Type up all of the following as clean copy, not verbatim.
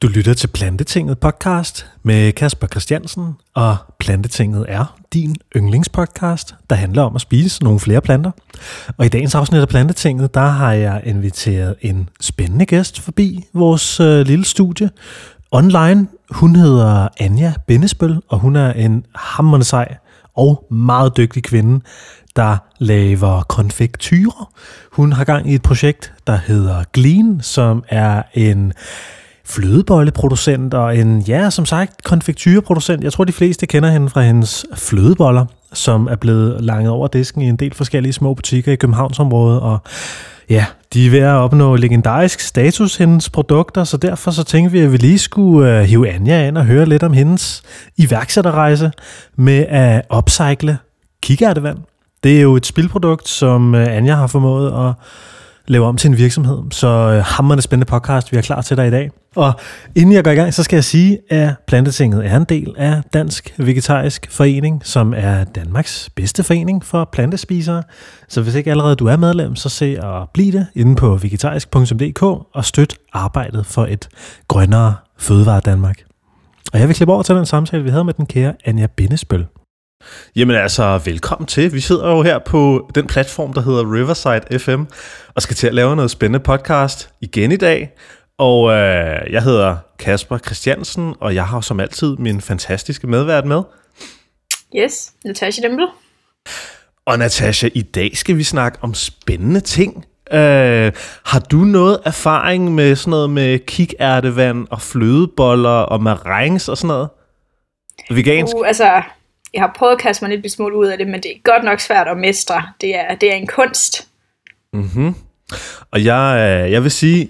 Du lytter til Plantetinget podcast med Kasper Christiansen, og Plantetinget er din yndlingspodcast, der handler om at spise nogle flere planter. Og i dagens afsnit af Plantetinget, der har jeg inviteret en spændende gæst forbi vores lille studie online. Hun hedder Anja Bindesbøl, og hun er en hamrende sej og meget dygtig kvinde, der laver konfektyrer. Hun har gang i et projekt, der hedder Glean, som er en flødebolleproducent og en, som sagt, konfektyreproducent. Jeg tror, de fleste kender hende fra hendes flødeboller, som er blevet langet over disken i en del forskellige små butikker i Københavnsområdet, og ja, de er ved at opnå legendarisk status, hendes produkter, så derfor så tænkte vi, at vi lige skulle hive Anja ind og høre lidt om hendes iværksætterrejse med at upcycle kikærtevand. Det er jo et spildprodukt, som Anja har formået at lave om til en virksomhed. Så hamrende spændende podcast, vi er klar til dig i dag. Og inden jeg går i gang, så skal jeg sige, at Plantetinget er en del af Dansk Vegetarisk Forening, som er Danmarks bedste forening for plantespisere. Så hvis ikke allerede du er medlem, så se og bliv det inde på vegetarisk.dk og støt arbejdet for et grønnere fødevare Danmark. Og jeg vil klippe over til den samtale, vi havde med den kære Anja Bindesbøl. Jamen altså, velkommen til. Vi sidder jo her på den platform, der hedder Riverside FM, og skal til at lave noget spændende podcast igen i dag. Og jeg hedder Kasper Christiansen, og jeg har som altid min fantastiske medvært med. Yes, Natasha Dembel. Og Natasha, i dag skal vi snakke om spændende ting. Har du noget erfaring med sådan noget med kikærtevand og flødeboller og meringues og sådan noget? Vegansk? Jeg har prøvet at kaste mig lidt smule ud af det, men det er godt nok svært at mestre. Det er en kunst. Mhm. Og jeg vil sige,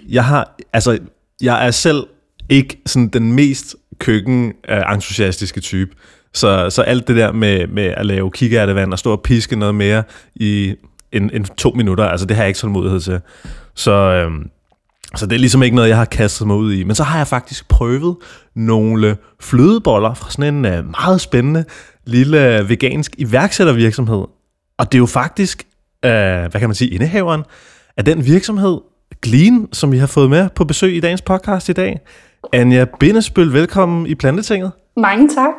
jeg er selv ikke sådan den mest køkken-entusiastiske type. Så alt det der med at lave kikærtevand og stå og piske noget mere i en 2 minutter, altså det har jeg ikke tålmodighed til. Så det er ligesom ikke noget, jeg har kastet mig ud i. Men så har jeg faktisk prøvet nogle flødeboller fra sådan en meget spændende lille vegansk iværksættervirksomhed. Og det er jo faktisk, indehaveren af den virksomhed, Glean, som vi har fået med på besøg i dagens podcast i dag. Anja Bindesbøl, velkommen i Plantetinget. Mange tak.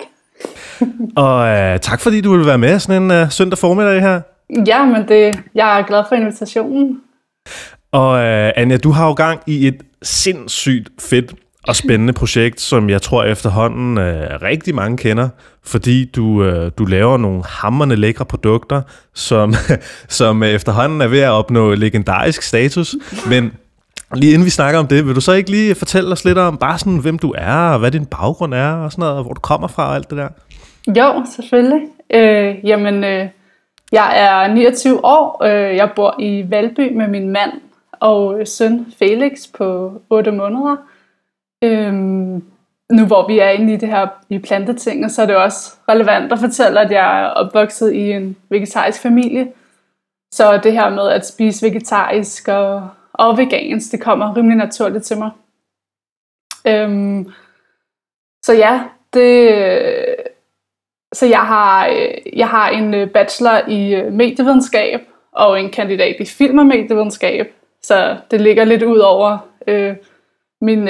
Og tak fordi du ville være med sådan en søndag formiddag her. Ja, men jeg er glad for invitationen. Og Anja, du har jo gang i et sindssygt fedt og spændende projekt, som jeg tror efterhånden rigtig mange kender, fordi du laver nogle hamrende lækre produkter, som efterhånden er ved at opnå legendarisk status. Men lige inden vi snakker om det, vil du så ikke lige fortælle os lidt om bare sådan, hvem du er, og hvad din baggrund er, og sådan noget, og hvor du kommer fra og alt det der? Jo, selvfølgelig. Jeg er 29 år. Jeg bor i Valby med min mand og søn Felix på 8 måneder. Nu hvor vi er inde i det her i planteting, så er det også relevant at fortælle, at jeg er opvokset i en vegetarisk familie. Så det her med at spise vegetarisk og vegansk, det kommer rimelig naturligt til mig. Så jeg har en bachelor i medievidenskab og en kandidat i film- og medievidenskab. Så det ligger lidt ud over min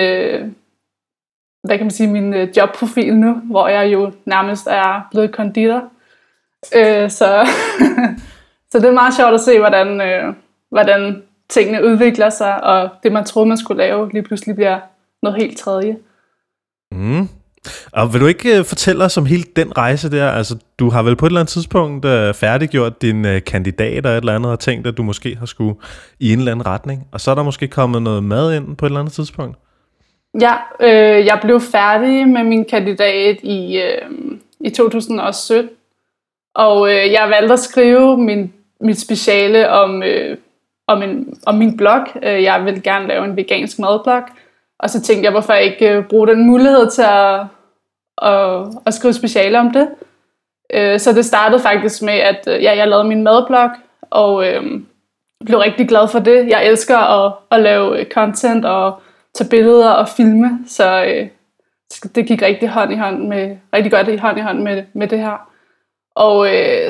jobprofil nu, hvor jeg jo nærmest er blevet konditor. Så det er meget sjovt at se, hvordan tingene udvikler sig, og det man troede man skulle lave lige pludselig bliver noget helt tredje. Mm. Og vil du ikke fortælle os om hele den rejse der? Altså, du har vel på et eller andet tidspunkt færdiggjort din kandidat og et eller andet, og tænkt, at du måske har skulle i en eller anden retning. Og så er der måske kommet noget mad ind på et eller andet tidspunkt? Ja, jeg blev færdig med min kandidat i 2017. Og jeg valgte at skrive mit speciale om min blog. Jeg ville gerne lave en vegansk madblog. Og så tænkte jeg, hvorfor ikke bruge den mulighed til at skrive speciale om det. Så det startede faktisk med, at jeg lavede min madblog, og blev rigtig glad for det. Jeg elsker at lave content og tage billeder og filme, så det gik rigtig godt i hånd med det her. Og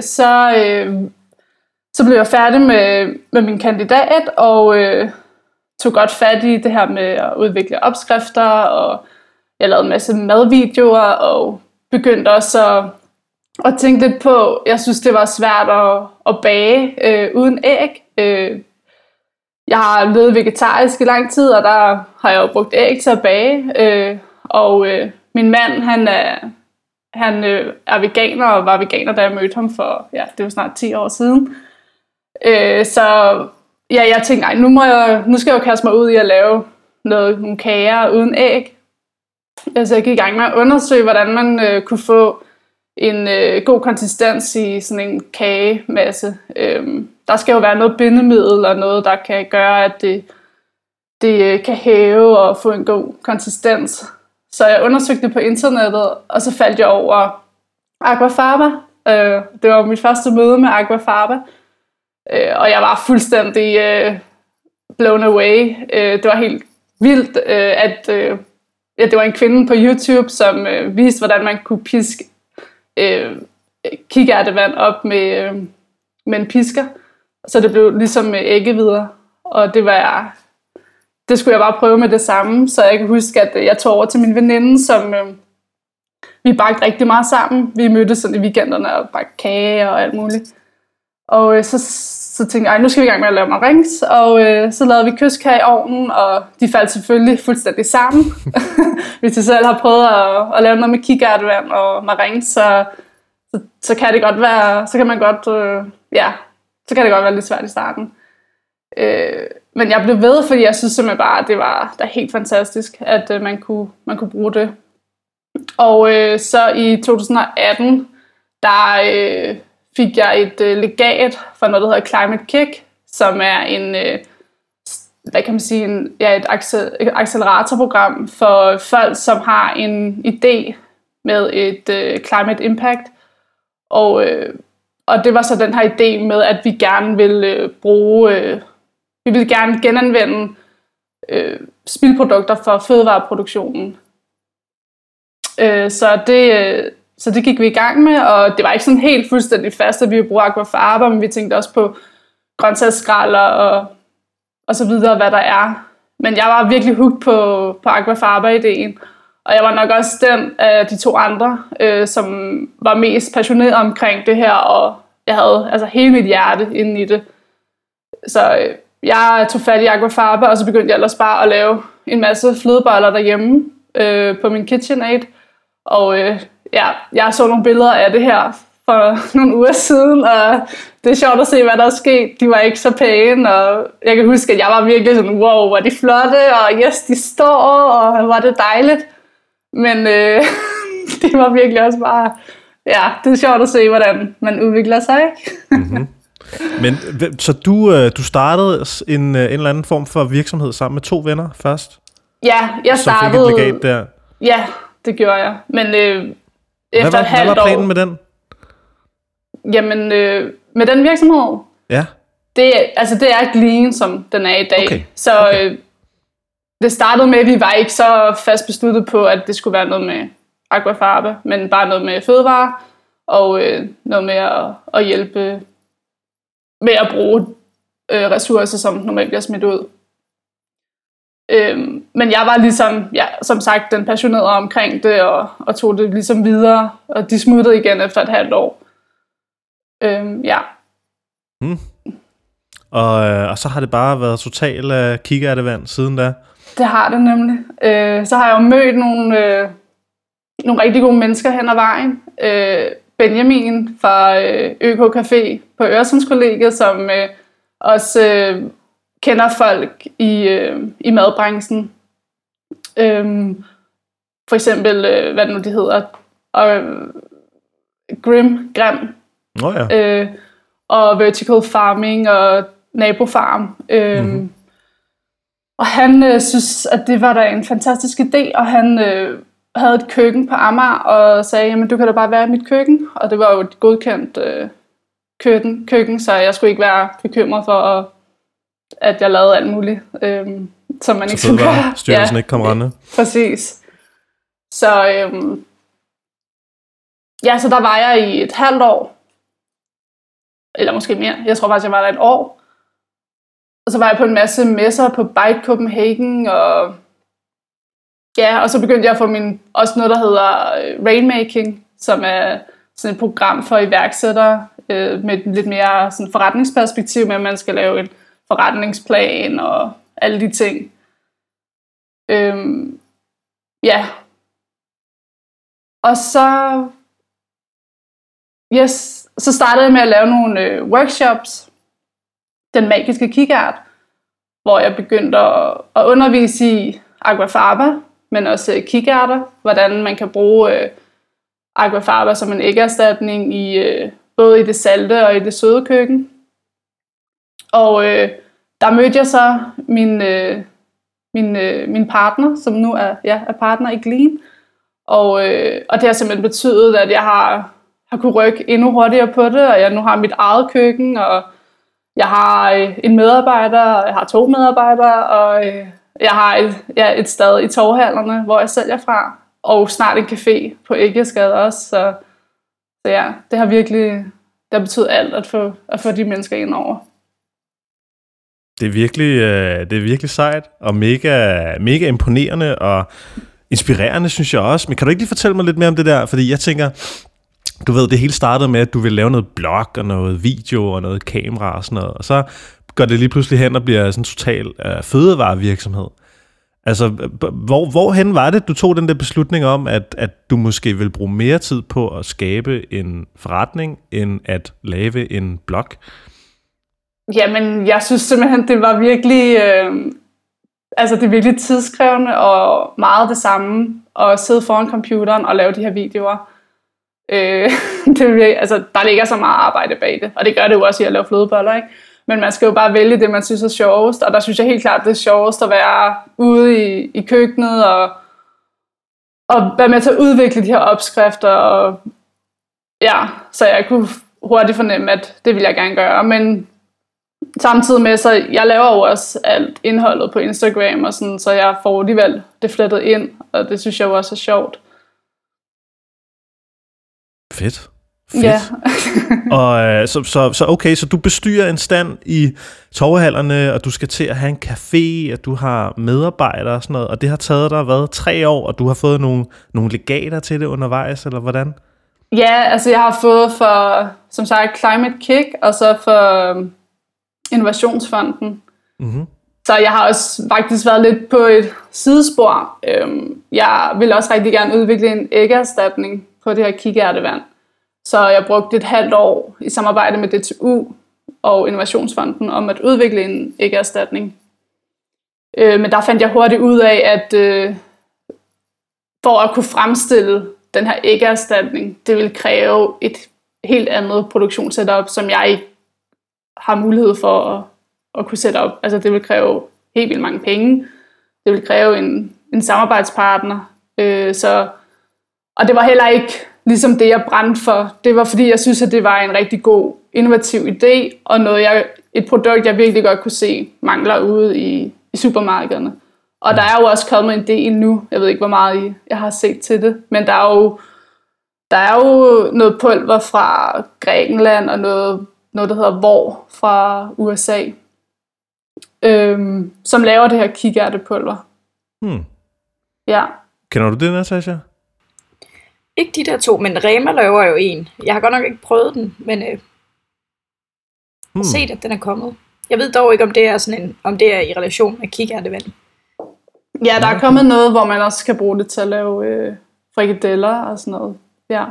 så blev jeg færdig med min kandidat, og tog godt fat i det her med at udvikle opskrifter og jeg lavede en masse madvideoer, og begyndte også at tænke lidt på, jeg synes, det var svært at bage uden æg. Jeg har levet vegetarisk i lang tid, og der har jeg jo brugt æg til at bage. Min mand, han er veganer, og var veganer, da jeg mødte ham for, det var snart 10 år siden. Så jeg tænkte, nu skal jeg jo kaste mig ud i at lave nogle kager uden æg. Så jeg gik i gang med at undersøge, hvordan man kunne få en god konsistens i sådan en kagemasse. Der skal jo være noget bindemiddel og noget, der kan gøre, at det kan hæve og få en god konsistens. Så jeg undersøgte det på internettet, og så faldt jeg over Aquafaba. Det var mit første møde med Aquafaba. Og jeg var fuldstændig blown away. Det var helt vildt, at det var en kvinde på YouTube, som viste, hvordan man kunne piske kikærtevand op med en pisker. Så det blev ligesom æggevidder. Og det skulle jeg bare prøve med det samme. Så jeg kan huske, at jeg tog over til min veninde, som vi bagte rigtig meget sammen. Vi mødtes sådan i weekenderne og bagte kage og alt muligt. Og så tænkte jeg, nu skal vi i gang med at lave marengs. Og så lavede vi kyskage i ovnen, og de faldt selvfølgelig fuldstændig sammen. Hvis jeg selv har prøvet at lave noget med kikærtevand og marengs, så kan det godt være, så kan det godt være lidt svært i starten. Men jeg blev ved, fordi jeg synes simpelthen bare, at det var helt fantastisk, at man kunne bruge det. Og så i 2018, der fik jeg et legat fra noget, der hedder Climate Kick, som er et acceleratorprogram for folk, som har en idé med et climate impact. Og det var så den her idé med, at vi gerne vil vi vil gerne genanvende spildprodukter for fødevareproduktionen. Så det gik vi i gang med, og det var ikke sådan helt fuldstændig fast, at vi ville bruge Aquafaba, men vi tænkte også på grøntsagsskralder og så videre, hvad der er. Men jeg var virkelig hooked på Aquafaba-ideen, og jeg var nok også den af de 2 andre, som var mest passioneret omkring det her, og jeg havde altså hele mit hjerte inde i det. Så jeg tog fat i Aquafaba, og så begyndte jeg ellers bare at lave en masse flødeboller derhjemme på min KitchenAid. Og jeg så nogle billeder af det her for nogle uger siden, og det er sjovt at se, hvad der er sket. De var ikke så pæne, og jeg kan huske, at jeg var virkelig sådan, wow, hvor er de flotte, og yes, de står, og var det dejligt. Men det var virkelig også bare, det er sjovt at se, hvordan man udvikler sig, ikke? Mm-hmm. Men så du startede en eller anden form for virksomhed sammen med 2 venner først? Ja, jeg startede... Så fik et legat der? Ja, det gjorde jeg. Men efter et halvt år... Hvad var planen med den? Jamen, med den virksomhed? Ja. Det er Glean, som den er i dag. Okay. Så det startede med, at vi var ikke så fast besluttet på, at det skulle være noget med Aquafaba, men bare noget med fødevare, og noget med at hjælpe med at bruge ressourcer, som normalt bliver smidt ud. Men jeg var ligesom, som sagt, den passionerede omkring det, og tog det ligesom videre, og de smuttede igen efter et halvt år. Og så har det bare været totalt kikærtevand siden da? Det har det nemlig. Så har jeg jo mødt nogle rigtig gode mennesker hen ad vejen. Benjamin fra ØK Café på Øresundskollegiet, som også kender folk i madbranchen. For eksempel, hvad det nu det hedder, Grim. Oh, ja. Og Vertical Farming og Nabofarm. Og han synes, at det var da en fantastisk idé, og han havde et køkken på Amager, og sagde, jamen du kan da bare være i mit køkken. Og det var jo et godkendt køkken, så jeg skulle ikke være bekymret for, at jeg lavede alt muligt, som man ikke skulle gøre. Styrelsen ikke kom rende. Præcis. Så så der var jeg i et halvt år, eller måske mere. Jeg tror faktisk, jeg var der et år. Og så var jeg på en masse messer på Bike Copenhagen, og Ja, og så begyndte jeg at få også noget, der hedder Rainmaking, som er sådan et program for iværksættere med et lidt mere sådan forretningsperspektiv, med at man skal lave en forretningsplan og alle de ting. Ja. Og så startede jeg med at lave nogle workshops, den magiske kikært, hvor jeg begyndte at undervise i aquafaba, men også kikærter, hvordan man kan bruge aquafaba som en æggerstatning både i det salte og i det søde køkken. Og der mødte jeg så min partner, som nu er partner i Glean. Og det har simpelthen betydet, at jeg har kunne rykke endnu hurtigere på det, og jeg nu har mit eget køkken, og jeg har en medarbejder, og jeg har 2 medarbejdere, og jeg har et sted i Torvehallerne, hvor jeg sælger fra, og snart en café på Æggesgade også. Så ja, det har betydet alt at få de mennesker ind over. Det er virkelig sejt, og mega imponerende, og inspirerende, synes jeg også. Men kan du ikke lige fortælle mig lidt mere om det der? Fordi jeg tænker, du ved, det hele startede med, at du vil lave noget blog og noget video og noget kamera og sådan noget, og så går det lige pludselig hen og bliver sådan en total fødevarevirksomhed. Altså, hvorhen var det, du tog den der beslutning om, at du måske vil bruge mere tid på at skabe en forretning, end at lave en blog? Jamen, jeg synes simpelthen, det var virkelig... det er virkelig tidskrævende og meget det samme at sidde foran computeren og lave de her videoer. Der ligger så meget arbejde bag det, og det gør det jo også i at lave flødeboller, ikke? Men man skal jo bare vælge det, man synes er sjovest, og der synes jeg helt klart, det er sjovest at være ude i køkkenet og være med til at udvikle de her opskrifter, og ja, så jeg kunne hurtigt fornemme, at det vil jeg gerne gøre, men samtidig med, så jeg laver jo også alt indholdet på Instagram, og sådan, så jeg får alligevel det flettet ind, og det synes jeg jo også er sjovt. Fedt. Ja. Og så okay, så du bestyrer en stand i Torvehallerne, og du skal til at have en café, og du har medarbejdere og sådan noget, og det har taget dig, 3 år, og du har fået nogle legater til det undervejs, eller hvordan? Ja, altså jeg har fået for, som sagt, Climate Kick, og så for Innovationsfonden. Mm-hmm. Så jeg har også faktisk været lidt på et sidespor. Jeg vil også rigtig gerne udvikle en æggerstatning på det her kikærtevand. Så jeg brugte et halvt år i samarbejde med DTU og Innovationsfonden om at udvikle en æggerstatning. Men der fandt jeg hurtigt ud af, at for at kunne fremstille den her æggerstatning, det vil kræve et helt andet produktionssetup, som jeg ikke har mulighed for at kunne sætte op. Altså det vil kræve helt vildt mange penge. Det vil kræve en samarbejdspartner. Og det var heller ikke ligesom det, jeg brændte for. Det var fordi, jeg synes, at det var en rigtig god, innovativ idé, og et produkt, jeg virkelig godt kunne se mangler ude i supermarkederne. Og der er jo også kommet en del nu. Jeg ved ikke, hvor meget jeg har set til det, men der er jo noget pulver fra Grækenland, og noget der hedder Vor fra USA, som laver det her kikærtepulver. Ja. Kender du det, Natasha? Ikke de der 2, men Rema laver jo en. Jeg har godt nok ikke prøvet den, men set, at den er kommet. Jeg ved dog ikke, om det er i relation med kikærtevand. Ja, der er kommet noget, hvor man også kan bruge det til at lave frikadeller og sådan noget. Ja.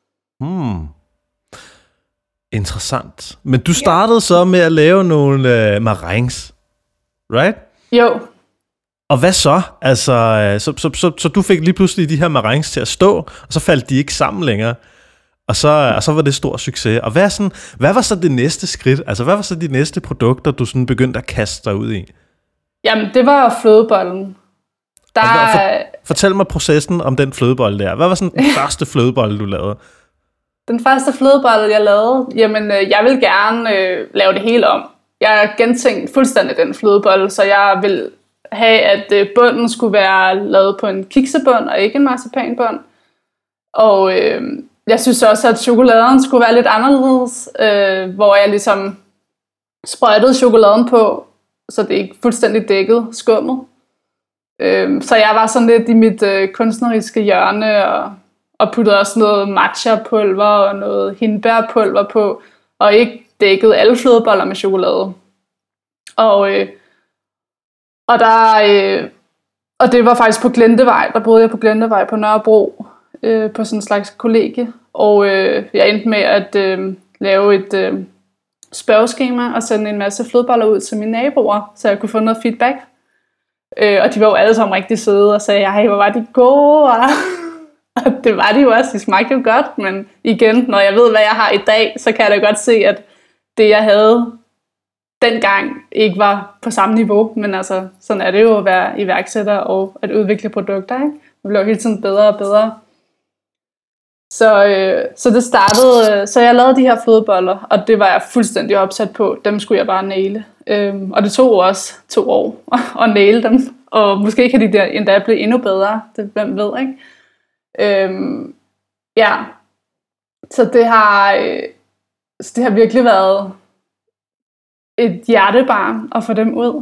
Interessant. Men du startede så med at lave nogle meringues, right? Jo. Og hvad så? Altså, så du fik lige pludselig de her meringues til at stå, og så faldt de ikke sammen længere. Og så var det stor succes. Og hvad var så det næste skridt? Altså, hvad var så de næste produkter, du sådan begyndte at kaste dig ud i? Jamen, det var flødebollen. Fortæl mig processen om den flødebolle der. Hvad var sådan den første flødebolle, du lavede? Den første flødebolle, jeg lavede, jamen, jeg vil gerne lave det hele om. Jeg har gentænkt fuldstændig den flødebolle, så jeg vil have, at bunden skulle være lavet på en kiksebund, og ikke en marcipanbund. Og jeg synes også, at chokoladen skulle være lidt anderledes, hvor jeg ligesom sprøjtede chokoladen på, så det ikke fuldstændig dækkede skummet. Så jeg var sådan lidt i mit kunstneriske hjørne, og puttede også noget matcha-pulver og noget hindbærpulver på, og ikke dækkede alle flødeboller med chokolade. Og det var faktisk på Glentevej. Der boede jeg på Glentevej på Nørrebro, på sådan en slags kollegie. Og jeg endte med at lave et spørgeskema og sende en masse flødeboller ud til mine naboer, så jeg kunne få noget feedback. Og de var jo alle sammen rigtig søde og sagde, hey, hvor var de gode. Og det var de jo også, de smagte jo godt. Men igen, når jeg ved, hvad jeg har i dag, så kan jeg da godt se, at det, jeg havde dengang, ikke var på samme niveau. Men altså, sådan er det jo at være iværksætter og at udvikle produkter, ikke? Det bliver jo hele tiden bedre og bedre. Så det startede, så jeg lavede de her flødeboller, og det var jeg fuldstændig opsat på. Dem skulle jeg bare næle. Og det tog også 2 år at næle dem. Og måske kan de der endda blive endnu bedre. Det hvem ved, ikke? Ja. Så det har virkelig været et hjertebarn at få dem ud.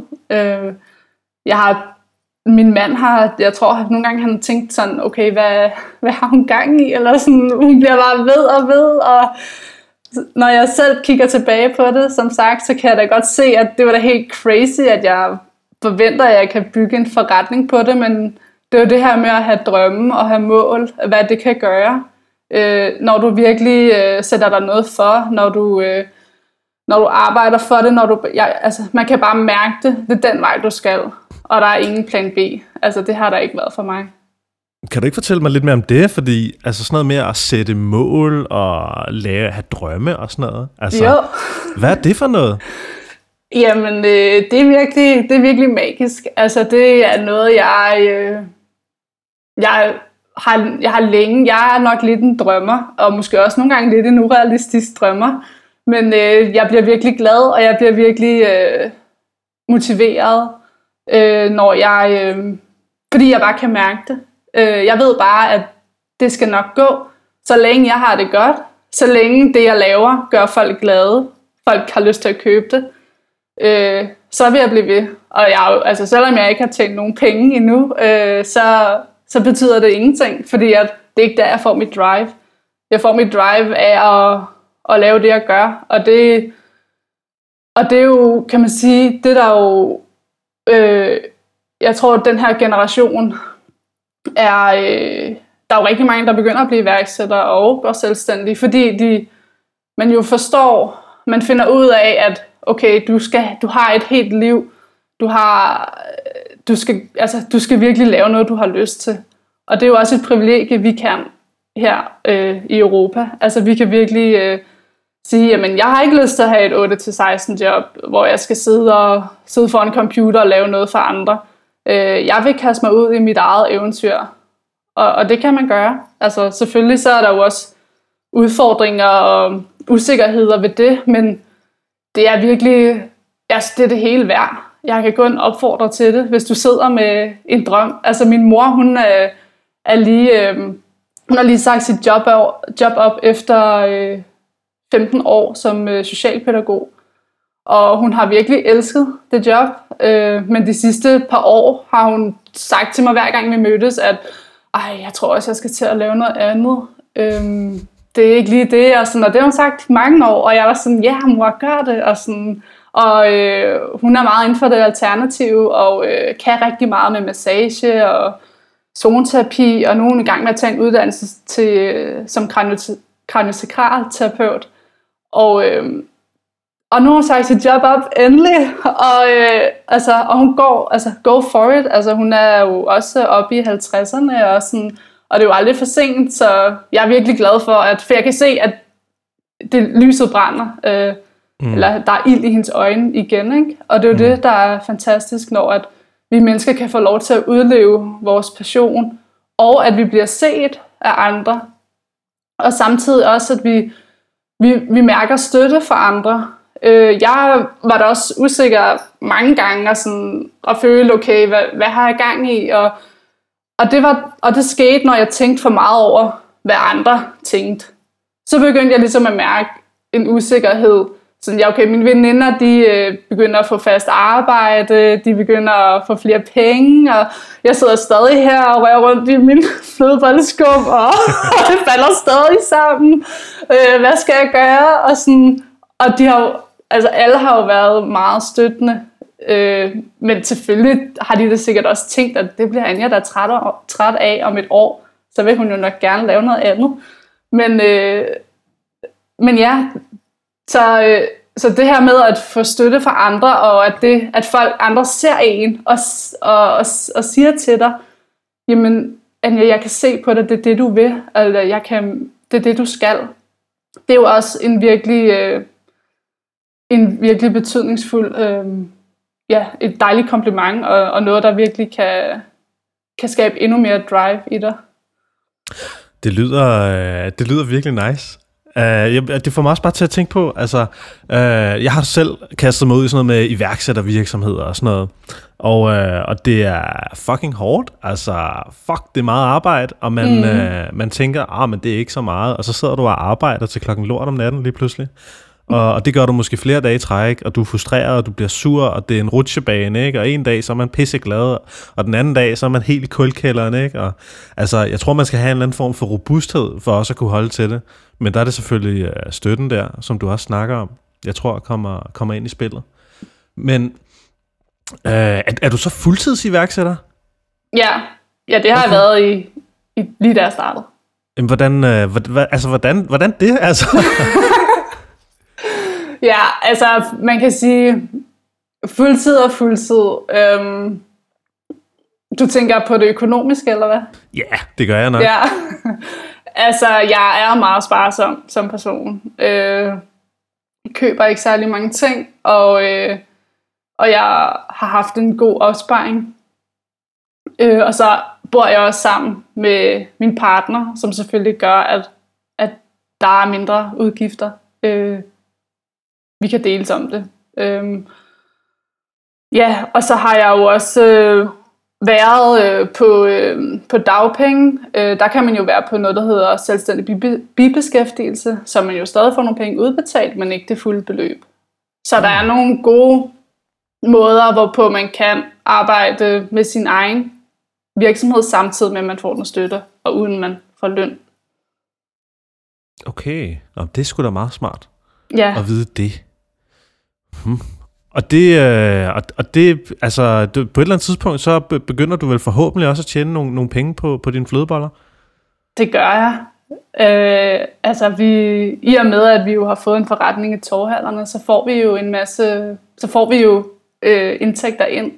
Min mand har, jeg tror nogle gange han har tænkt sådan, okay, hvad har hun gang i? Eller sådan, hun bliver bare ved, og når jeg selv kigger tilbage på det, som sagt, så kan jeg da godt se, at det var da helt crazy, at jeg forventer, at jeg kan bygge en forretning på det, men det er jo det her med at have drømme og have mål, hvad det kan gøre, når du virkelig sætter dig noget for, når du arbejder for det, man kan bare mærke det, det er den vej, du skal. Og der er ingen plan B. Altså, det har der ikke været for mig. Kan du ikke fortælle mig lidt mere om det? Fordi altså sådan noget med at sætte mål og have drømme og sådan noget. Altså, jo. Hvad er det for noget? Jamen, det er virkelig magisk. Altså, det er noget, jeg har længe. Jeg er nok lidt en drømmer, og måske også nogle gange lidt en urealistisk drømmer. Men jeg bliver virkelig glad, og jeg bliver virkelig motiveret, fordi jeg bare kan mærke det. Jeg ved bare, at det skal nok gå, så længe jeg har det godt, så længe det, jeg laver, gør folk glade, folk har lyst til at købe det, så vil jeg blive ved. Og selvom jeg ikke har tjent nogen penge endnu, så betyder det ingenting, fordi at det er ikke der, jeg får mit drive. Jeg får mit drive af at lave det, jeg gør, og det er jo, kan man sige, det der jo, jeg tror, at den her generation der er jo rigtig mange, der begynder at blive iværksættere og selvstændige, fordi man jo forstår, man finder ud af, at okay, du har et helt liv, du skal virkelig lave noget, du har lyst til. Og det er jo også et privilegie, vi kan her i Europa. Altså vi kan virkelig sige, jamen jeg har ikke lyst til at have et 8-16 job, hvor jeg skal sidde foran en computer og lave noget for andre. Jeg vil kaste mig ud i mit eget eventyr. Og det kan man gøre. Altså selvfølgelig så er der jo også udfordringer og usikkerheder ved det, men det er virkelig, det er det hele værd. Jeg kan kun opfordre til det, hvis du sidder med en drøm. Altså min mor, hun har lige sagt sit job op efter 15 år som socialpædagog. Og hun har virkelig elsket det job. Men de sidste par år har hun sagt til mig, hver gang vi mødtes, at jeg tror også, jeg skal til at lave noget andet. Det er ikke lige det. Og det har hun sagt mange år, og jeg var sådan, ja, mor, gør det. Og hun er meget inden for det alternative, og kan rigtig meget med massage og zoneterapi, og nu er hun i gang med at tage en uddannelse som kraniosakralterapeut. Og nu har hun sagt sit job op endelig, og hun går, go for it. Altså hun er jo også oppe i 50'erne, og det er jo aldrig for sent, så jeg er virkelig glad for jeg kan se, at det lyset brænder, eller der er ild i hendes øjne igen, ikke? Og det er jo det, der er fantastisk, når at vi mennesker kan få lov til at udleve vores passion, og at vi bliver set af andre, og samtidig også, at vi mærker støtte fra andre. Jeg var da også usikker mange gange og føle, okay, hvad har jeg gang i? Og det skete, når jeg tænkte for meget over, hvad andre tænkte. Så begyndte jeg ligesom at mærke en usikkerhed, sådan, ja, okay, mine veninder, de begynder at få fast arbejde, de begynder at få flere penge, og jeg sidder stadig her og rører rundt i min flødebolleskum, og det falder stadig sammen. Hvad skal jeg gøre? Og de har jo, altså alle har jo været meget støttende, men selvfølgelig har de det sikkert også tænkt, at det bliver Anja, der er træt af om et år, så vil hun jo nok gerne lave noget andet. Men ja, så det her med at få støtte fra andre, og at folk andre ser en og siger til dig, jamen Anja, jeg kan se på dig, det er det du vil, eller det er det du skal. Det er jo også en virkelig betydningsfuld, et dejligt kompliment, og noget, der virkelig kan skabe endnu mere drive i dig. Det lyder virkelig nice. Det får mig også bare til at tænke på, altså, jeg har selv kastet mig ud i sådan noget med iværksættervirksomheder og sådan noget, og det er fucking hårdt, altså, det er meget arbejde, og man tænker, men det er ikke så meget, og så sidder du og arbejder til klokken lort om natten lige pludselig, og det gør du måske flere dage i træk, og du er frustreret, og du bliver sur, og det er en rutsjebane, ikke? Og en dag, så er man pisseglad, og den anden dag, så er man helt i kulkælderen, ikke? Og, altså, jeg tror, man skal have en eller anden form for robusthed, for også at kunne holde til det. Men der er det selvfølgelig støtten der, som du også snakker om, jeg tror, kommer ind i spillet. Men er du så fuldtidsiværksætter? Ja, det har jeg været i lige da jeg startede. Jamen, hvordan det? Altså? Ja, altså man kan sige fuldtid og fuldtid. Du tænker på det økonomiske, eller hvad? Ja, det gør jeg nok. Ja, altså jeg er meget sparsom som person. Jeg køber ikke særlig mange ting, og jeg har haft en god opsparing. Og så bor jeg også sammen med min partner, som selvfølgelig gør, at der er mindre udgifter. Vi kan deles om det. Og så har jeg jo også været på dagpenge. Der kan man jo være på noget, der hedder selvstændig bibeskæftigelse, så man jo stadig får nogle penge udbetalt, men ikke det fulde beløb. Så der er nogle gode måder, hvorpå man kan arbejde med sin egen virksomhed, samtidig med, at man får den støtte, og uden man får løn. Okay, det er sgu da meget smart at vide det. Og det, altså på et eller andet tidspunkt, så begynder du vel forhåbentlig også at tjene nogle penge på dine flødeboller? Det gør jeg. I og med, at vi jo har fået en forretning i torvehallerne, så får vi jo indtægter ind.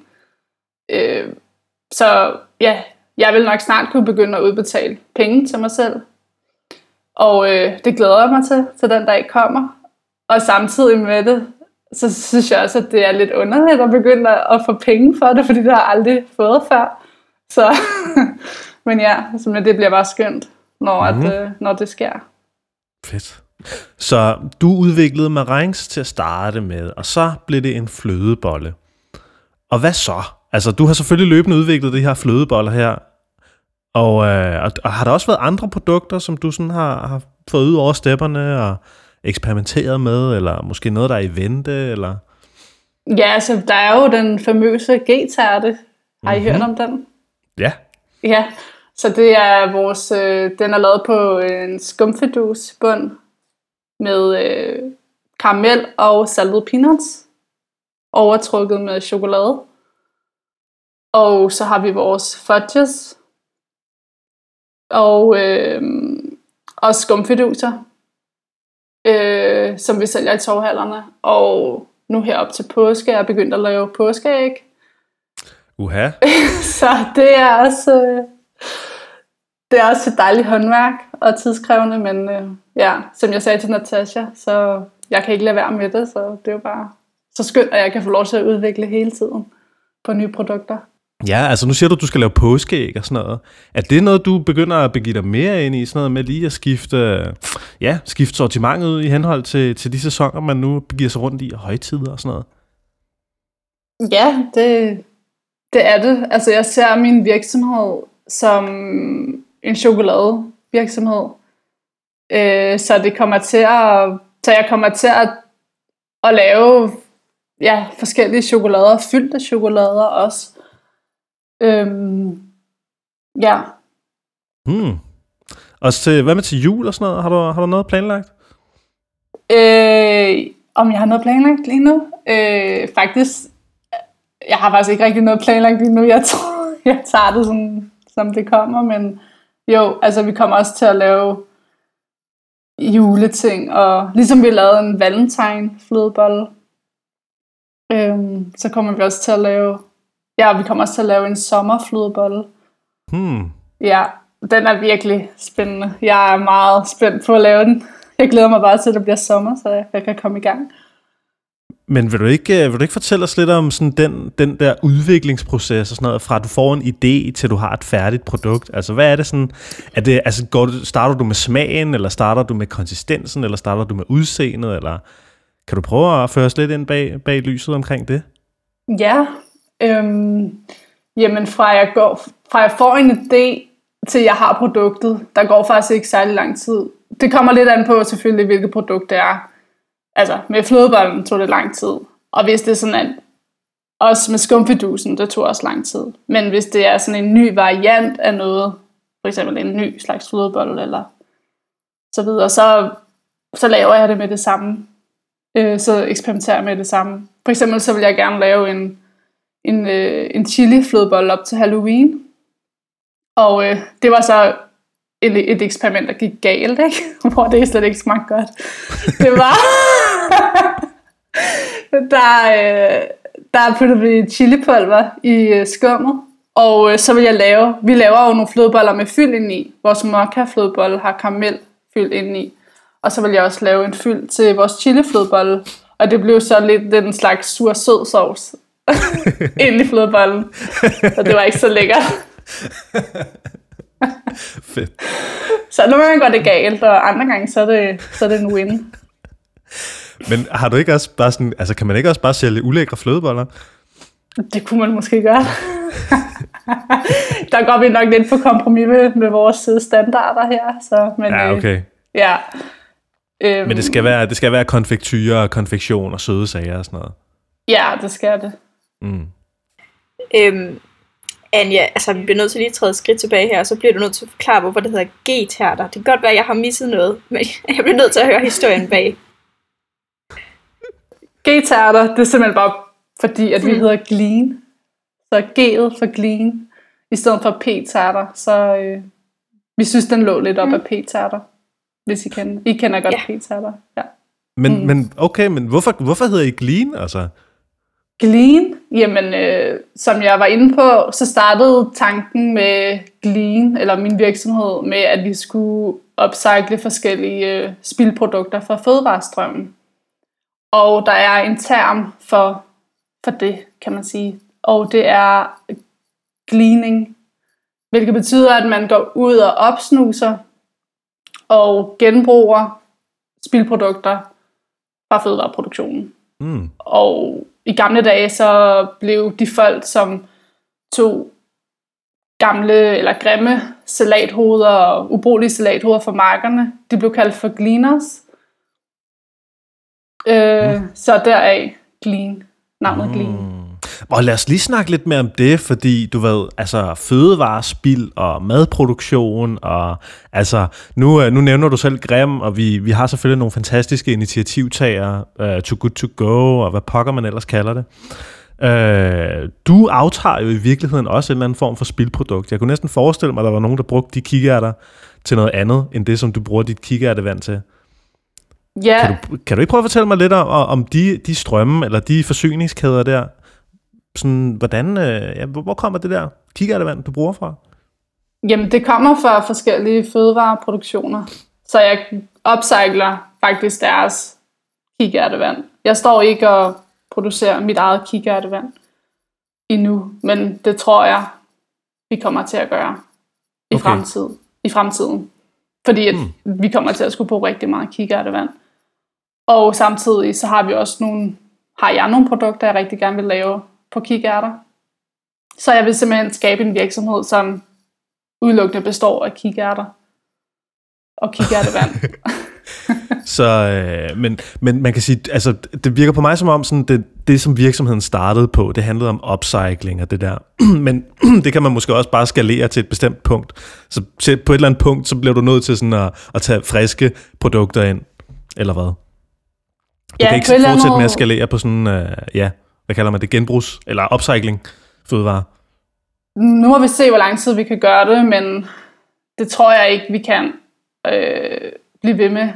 Så ja, jeg vil nok snart kunne begynde at udbetale penge til mig selv. Og det glæder jeg mig til den dag kommer. Og samtidig med det, så synes jeg også, at det er lidt underligt at begynde at få penge for det, fordi det har jeg aldrig fået før. Så, men ja, det bliver bare skønt, når det sker. Fedt. Så du udviklede meringues til at starte med, og så blev det en flødebolle. Og hvad så? Altså, du har selvfølgelig løbende udviklet de her flødeboller her, og har der også været andre produkter, som du sådan har fået ud over stepperne og eksperimenteret med, eller måske noget, der er i vente, eller? Ja, altså, der er jo den famøse G-tærte. Har I hørt om den? Ja. Ja, så det er den er lavet på en skumfidusbund med karamel og saltede peanuts, overtrukket med chokolade. Og så har vi vores fudges, og skumfiduser, som vi sælger i torvehallerne. Og nu her op til påske er jeg begyndt at lave påskeæg. Uha. Så det er også et dejligt håndværk og tidskrævende, men som jeg sagde til Natasha, så jeg kan ikke lade være med det, så det er jo bare så skønt, at jeg kan få lov til at udvikle hele tiden på nye produkter. Ja, altså nu siger du skal lave påskeæg og sådan noget. Er det noget, du begynder at begive dig mere ind i, sådan noget med lige at skifte sortimentet ud i henhold til de sæsoner, man nu begiver sig rundt i, og højtider og sådan noget? Ja, det er det. Altså jeg ser min virksomhed som en chokoladevirksomhed. Så jeg kommer til at at lave forskellige chokolader, fyldte chokolader også. Ja. Og hvad med til jul og sådan noget? Har du noget planlagt? Om jeg har noget planlagt lige nu? Faktisk, jeg har faktisk ikke rigtig noget planlagt lige nu. Jeg tror, jeg tager det sådan, som det kommer, men jo, altså vi kommer også til at lave juleting, og ligesom vi lavede en valentine-flødebolle, så kommer vi også til at lave, vi kommer også til at lave en sommerflødebolle. Ja, den er virkelig spændende. Jeg er meget spændt på at lave den. Jeg glæder mig bare til, at det bliver sommer, så jeg kan komme i gang. Men vil du ikke fortælle os lidt om sådan den der udviklingsproces og sådan noget, fra at du får en idé til du har et færdigt produkt? Altså hvad er det sådan? Starter du med smagen, eller starter du med konsistensen, eller starter du med udseendet, eller kan du prøve at føre os lidt ind bag lyset omkring det? Ja, jamen fra jeg får en idé til jeg har produktet, der går faktisk ikke særlig lang tid. Det kommer lidt an på selvfølgelig, hvilket produkt det er. Altså, med flødebollen tog det lang tid. Og hvis det er sådan, at også med skumfidusen, det tog også lang tid. Men hvis det er sådan en ny variant af noget, for eksempel en ny slags flødebolle eller så videre, så laver jeg det med det samme. Så eksperimenterer jeg med det samme. For eksempel så vil jeg gerne lave en chili flødebolle op til Halloween. Og det var så et eksperiment, der gik galt, ikke? Hvor det slet ikke smagte godt. Det var... der puttede vi chilipulver i skummet, og så vil vi laver jo nogle flødeboller med fyld indeni. Vores mokka-flødebolle har karamel-fyld indeni. Og så vil jeg også lave en fyld til vores chiliflødebolle, og det blev så lidt den slags sur-sød sovs ind i flødebollen. Så det var ikke så lækkert. Fedt. Så nogle gange går det galt, og andre gange så er det en win. Men har du ikke også bare sådan, altså kan man ikke også bare sælge ulækre flødeboller? Det kunne man måske gøre. Der går vi nok lidt på kompromis med vores standarder her. Så, men, ja, okay. Ja. Men det skal være konfektyre og konfektion og søde sager og sådan noget. Ja, det skal det. Anja, altså vi bliver nødt til lige at træde et skridt tilbage her, og så bliver du nødt til at forklare, hvorfor det hedder G-tærter. Det kan godt være, at jeg har misset noget, men jeg bliver nødt til at høre historien bag. G-tærter, det er simpelthen bare fordi, at vi hedder Gleen. Så G'et for Gleen, i stedet for P-tærter. Så vi synes, den lå lidt op af P-tærter, hvis I kender. I kender godt P-tærter, ja. Men okay, men hvorfor hedder I Gleen, altså? Gleen, jamen som jeg var inde på, så startede tanken med Gleen, eller min virksomhed, med at vi skulle upcycle forskellige spildprodukter fra fødevarestrømmen. Og der er en term for det, kan man sige. Og det er gleaning, hvilket betyder, at man går ud og opsnuser og genbruger spildprodukter fra fødevareproduktionen. Og i gamle dage så blev de folk, som tog gamle eller grimme salathoveder og ubrugelige salathoveder fra markerne, de blev kaldt for gleaners. Så deraf Gleen, navnet Gleen. Og lad os lige snakke lidt mere om det, fordi du ved, altså fødevarespild og madproduktion, og altså nu nævner du selv Grimm, og vi har selvfølgelig nogle fantastiske initiativtagere, Too Good To Go, og hvad pokker man ellers kalder det. Du aftager jo i virkeligheden også en eller anden form for spildprodukt. Jeg kunne næsten forestille mig, at der var nogen, der brugte de kikærter til noget andet, end det, som du bruger dit kikærtevand til. Ja. Kan du ikke prøve at fortælle mig lidt om de strømme, eller de forsyningskæder der? Sådan, hvordan, hvor kommer det der kikærtevand, du bruger fra? Jamen, det kommer fra forskellige fødevareproduktioner. Så jeg upcycler faktisk deres kikærtevand. Jeg står ikke og producerer mit eget kikærtevand endnu, men det tror jeg, vi kommer til at gøre i fremtiden. Fordi at vi kommer til at skulle bruge rigtig meget kikærtevand. Og samtidig så har jeg nogle produkter, jeg rigtig gerne vil lave på kikærter. Så jeg vil simpelthen skabe en virksomhed, som udelukkende består af kikærter og kikærtevand. Så, men man kan sige, altså det virker på mig som om, sådan det som virksomheden startede på, det handlede om upcycling og det der. Men det kan man måske også bare skalere til et bestemt punkt. Så på et eller andet punkt, så bliver du nødt til sådan at tage friske produkter ind, eller hvad? Du kan ikke fortsætte med at skalere på sådan, hvad kalder man det, genbrugs- eller upcycling fødevarer. Nu må vi se, hvor lang tid vi kan gøre det, men det tror jeg ikke, vi kan blive ved med.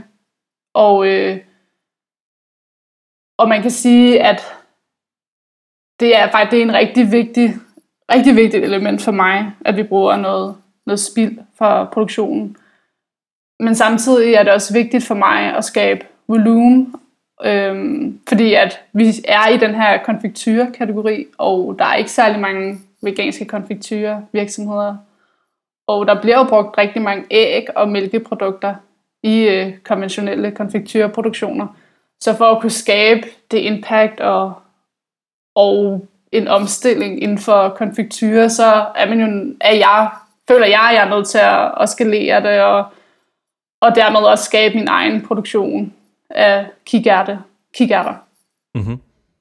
Og man kan sige, at det er faktisk en rigtig vigtigt element for mig, at vi bruger noget spild fra produktionen. Men samtidig er det også vigtigt for mig at skabe volumen, fordi at vi er i den her konfekturekategori, og der er ikke særlig mange veganske konfekturvirksomheder. Og der bliver jo brugt rigtig mange æg og mælkeprodukter i konventionelle konfekturproduktioner. Så for at kunne skabe det impact og en omstilling inden for konfekturer, så føler jeg er nødt til at skalere det, og dermed også skabe min egen produktion af kikærter. Mm-hmm.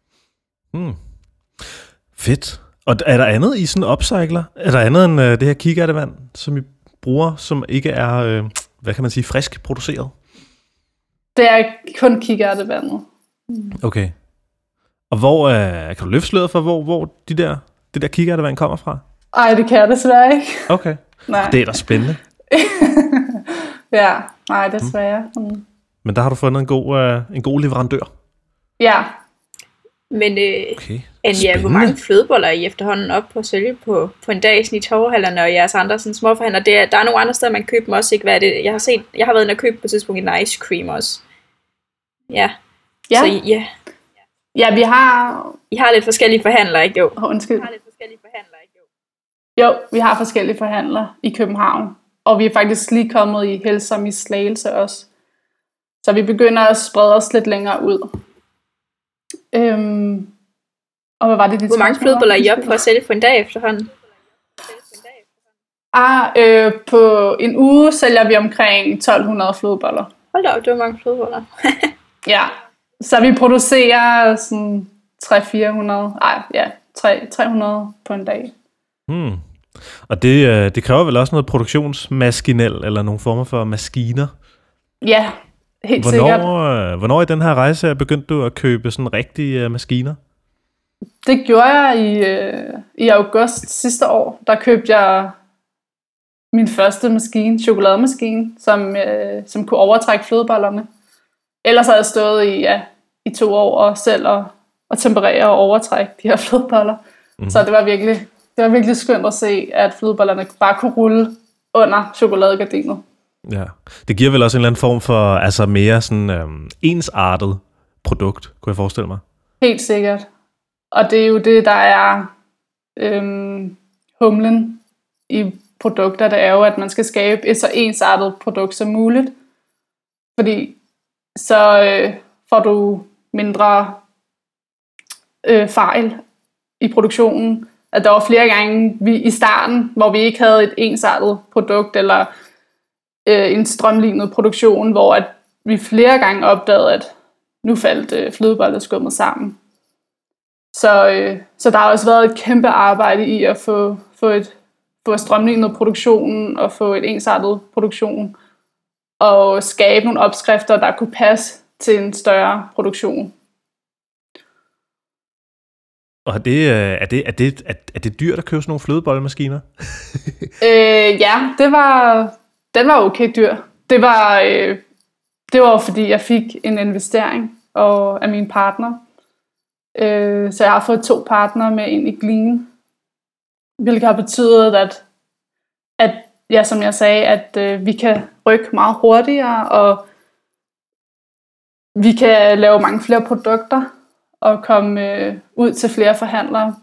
Fedt. Og er der andet i sådan en upcycler? Er der andet end det her kikærtevand, som I bruger, som ikke er, hvad kan man sige, frisk produceret? Det er kun kikærtevandet. Okay. Og hvor, kan du løfte sløret for, hvor det der kikærtevand kommer fra? Ej, det kan jeg desværre ikke. Okay. Nej. Det er da spændende. Ja, nej, desværre. Men der har du fundet en god leverandør. Ja. Men okay. Anja, hvor mange flødeboller er I efterhånden op på at sælge på en dag i torvehallerne og jeres andre sådan, småforhandlere? Der er nogle andre steder, man køber dem også, ikke? Hvad er det? Jeg har været inde og købe på et tidspunkt en ice cream også. Ja. Så ja. Ja, vi har... I har lidt forskellige forhandlere, ikke? Jo. Undskyld. Jo, vi har forskellige forhandlere i København. Og vi er faktisk lige kommet i Helsom i Slagelse også. Så vi begynder at sprede os lidt længere ud. Og hvad var det, hvor mange flødeboller er I op på at sælge på en dag efterhånden? På en uge sælger vi omkring 1200 flødeboller. Hold da op, det var mange flødeboller. Ja, så vi producerer sådan 300 på en dag. Og det kræver vel også noget produktionsmaskinel eller nogle former for maskiner? Ja, helt sikkert. Hvornår i den her rejse begyndte du at købe sådan rigtige maskiner? Det gjorde jeg i august sidste år. Der købte jeg min første maskine, chokolademaskine, som kunne overtrække flødebollerne. Ellers havde jeg stået i 2 år og selv og temperere og overtrække de her flødeboller. Mm-hmm. Så det var virkelig skønt at se, at flødebollerne bare kunne rulle under chokoladegardinet. Ja, det giver vel også en eller anden form for altså mere sådan ensartet produkt, kunne jeg forestille mig. Helt sikkert. Og det er jo det, der er humlen i produkter, det er jo, at man skal skabe et så ensartet produkt som muligt. Fordi så får du mindre fejl i produktionen. At der var flere gange i starten, hvor vi ikke havde et ensartet produkt, eller en strømlignet produktion, hvor at vi flere gange opdagede, at nu faldt flødebolleskummet sammen. Så der har også været et kæmpe arbejde i at få strømlignet produktionen og få et ensartet produktion og skabe nogle opskrifter, der kunne passe til en større produktion. Og er det dyrt at købe sådan nogle flødebollemaskiner? Ja, den var okay dyr. Det var fordi jeg fik en investering af min partner. Så jeg har fået 2 partnere med ind i Glean, hvilket har betydet, at ja, som jeg sagde, at vi kan rykke meget hurtigere, og vi kan lave mange flere produkter og komme ud til flere forhandlere.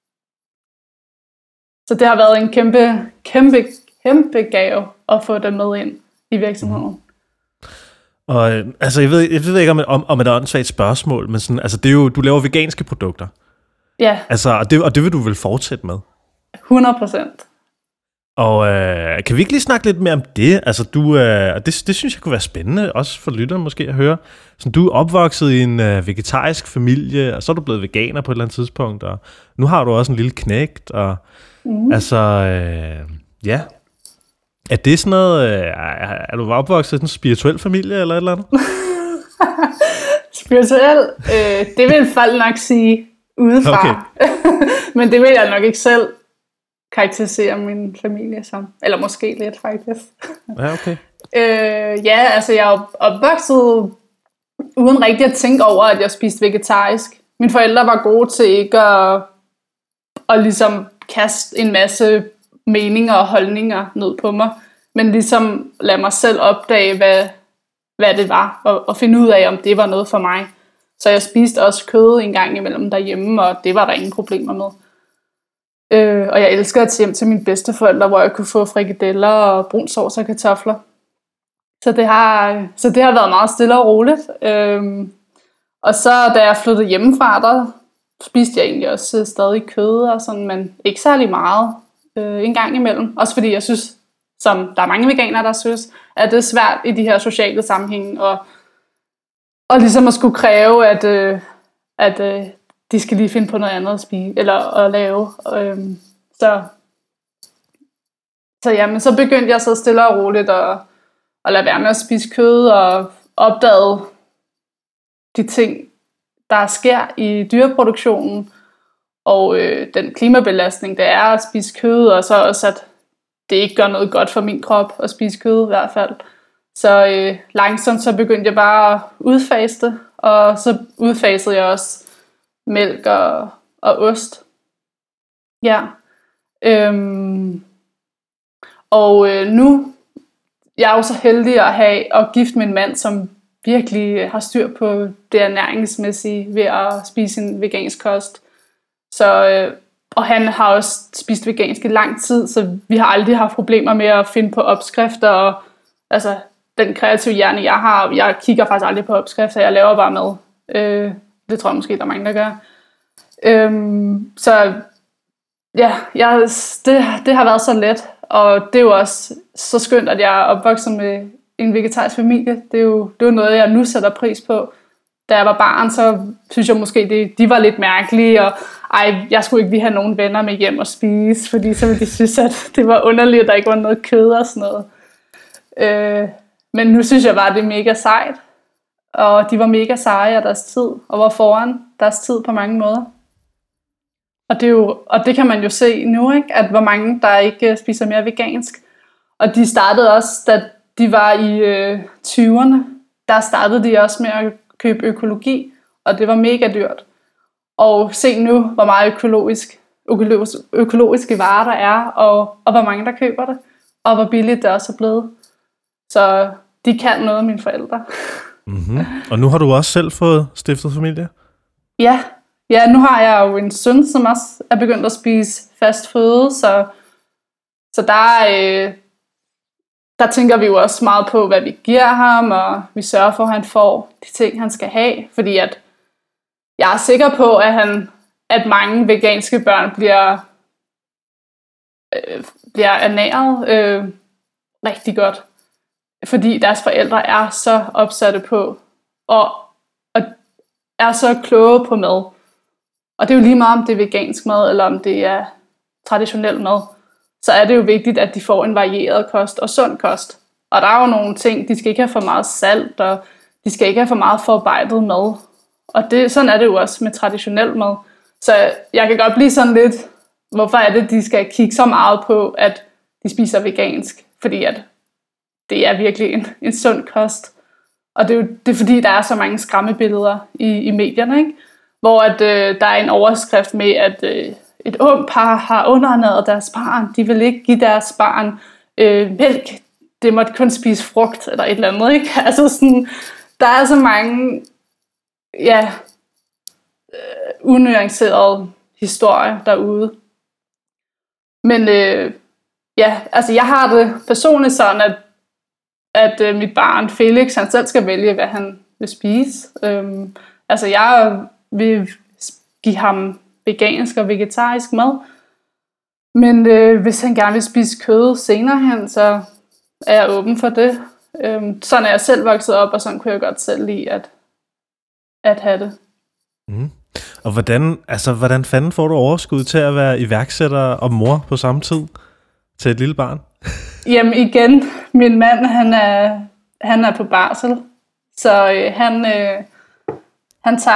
Så det har været en kæmpe gave at få dem med ind i virksomheden. Og altså, jeg ved ikke om et åndssvagt spørgsmål, men sådan, altså, det er jo, du laver veganske produkter. Ja. Altså, og det vil du vel fortsætte med? 100%. Og kan vi ikke lige snakke lidt mere om det? Altså, det synes jeg kunne være spændende, også for lytterne måske at høre. Så du er opvokset i en vegetarisk familie, og så er du blevet veganer på et eller andet tidspunkt, og nu har du også en lille knægt, og altså, ja. Er det sådan noget, er du opvokset i en spirituel familie, eller et eller andet? Spirituel? Det vil folk nok sige udefra. Okay. Men det vil jeg nok ikke selv karakterisere min familie som. Eller måske lidt, faktisk. Ja, okay. Ja, altså jeg er opvokset uden rigtig at tænke over, at jeg spiste vegetarisk. Mine forældre var gode til ikke at ligesom kaste en masse meninger og holdninger ned på mig, men ligesom lade mig selv opdage, hvad det var, og finde ud af, om det var noget for mig. Så jeg spiste også kød en gang imellem derhjemme, og det var der ingen problemer med. Og jeg elsker at tage hjem til mine bedsteforældre, hvor jeg kunne få frikadeller og brun sovs og kartofler. Så det har været meget stille og roligt. Og så da jeg flyttede hjemmefra, der spiste jeg egentlig også stadig kød og sådan, men ikke særlig meget en gang imellem. Også fordi jeg synes, som der er mange veganere, der synes, at det er svært i de her sociale sammenhænge og ligesom at skulle kræve, at de skal lige finde på noget andet at spise eller at lave. Så jamen, så begyndte jeg så stille og roligt at lade være med at spise kød og opdage de ting, der sker i dyreproduktionen, og den klimabelastning, det er at spise kød, og så også, at det ikke gør noget godt for min krop at spise kød i hvert fald. Så langsomt så begyndte jeg bare at udfase det, og så udfasede jeg også mælk og ost. Ja. Nu jeg er jo så heldig at gifte med en mand, som virkelig har styr på det ernæringsmæssige ved at spise en vegansk kost. Så, og han har også spist vegansk i lang tid, så vi har aldrig haft problemer med at finde på opskrifter. Og, altså, den kreative hjerne, jeg har, jeg kigger faktisk aldrig på opskrifter, jeg laver bare mad. Det tror jeg måske, der er mange, der gør. Så ja, det har været så let, og det er jo også så skønt, at jeg er opvokset med en vegetarisk familie. Det er jo noget, jeg nu sætter pris på. Da jeg var barn, så synes jeg måske, de var lidt mærkelige, og jeg skulle ikke lige have nogen venner med hjem og spise, fordi så ville de synes, at det var underligt, at der ikke var noget kød og sådan noget. Men nu synes jeg bare, at det er mega sejt, og de var mega seje af deres tid, og var foran deres tid på mange måder. Og det kan man jo se nu, ikke? At hvor mange, der ikke spiser mere vegansk. Og de startede også, da de var i 20'erne, der startede de også med at købe økologi, og det var mega dyrt. Og se nu, hvor meget økologiske varer der er, og hvor mange, der køber det, og hvor billigt det også er blevet. Så de kan noget, mine forældre. Mm-hmm. Og nu har du også selv fået stiftet familie? Ja, nu har jeg jo en søn, som også er begyndt at spise fast føde, så der tænker vi jo også meget på, hvad vi giver ham, og vi sørger for, at han får de ting, han skal have. Fordi at jeg er sikker på, at mange veganske børn bliver ernæret rigtig godt. Fordi deres forældre er så opsatte på, og er så kloge på mad. Og det er jo lige meget, om det er vegansk mad, eller om det er traditionel mad. Så er det jo vigtigt, at de får en varieret kost og sund kost. Og der er jo nogle ting, de skal ikke have for meget salt, og de skal ikke have for meget forarbejdet mad. Og sådan er det jo også med traditionel mad. Så jeg kan godt blive sådan lidt, hvorfor er det, de skal kigge så meget på, at de spiser vegansk? Fordi at det er virkelig en sund kost. Og det er fordi, der er så mange skræmmebilleder i medierne, ikke? Hvor der er en overskrift med, at et ungt par har underernæret deres barn. De vil ikke give deres barn mælk. Det måtte kun spise frugt eller et eller andet, ikke? Altså sådan, der er så mange unuancerede historier derude. Men altså jeg har det personligt sådan, at mit barn Felix, han selv skal vælge, hvad han vil spise. Altså jeg vil give ham vegansk og vegetarisk mad. Men hvis han gerne vil spise kød senere hen, så er jeg åben for det. Sådan er jeg selv vokset op, og sådan kunne jeg godt selv lide at have det. Mm. Og hvordan fanden får du overskud til at være iværksætter og mor på samme tid til et lille barn? Jamen igen, min mand, han er på barsel, så han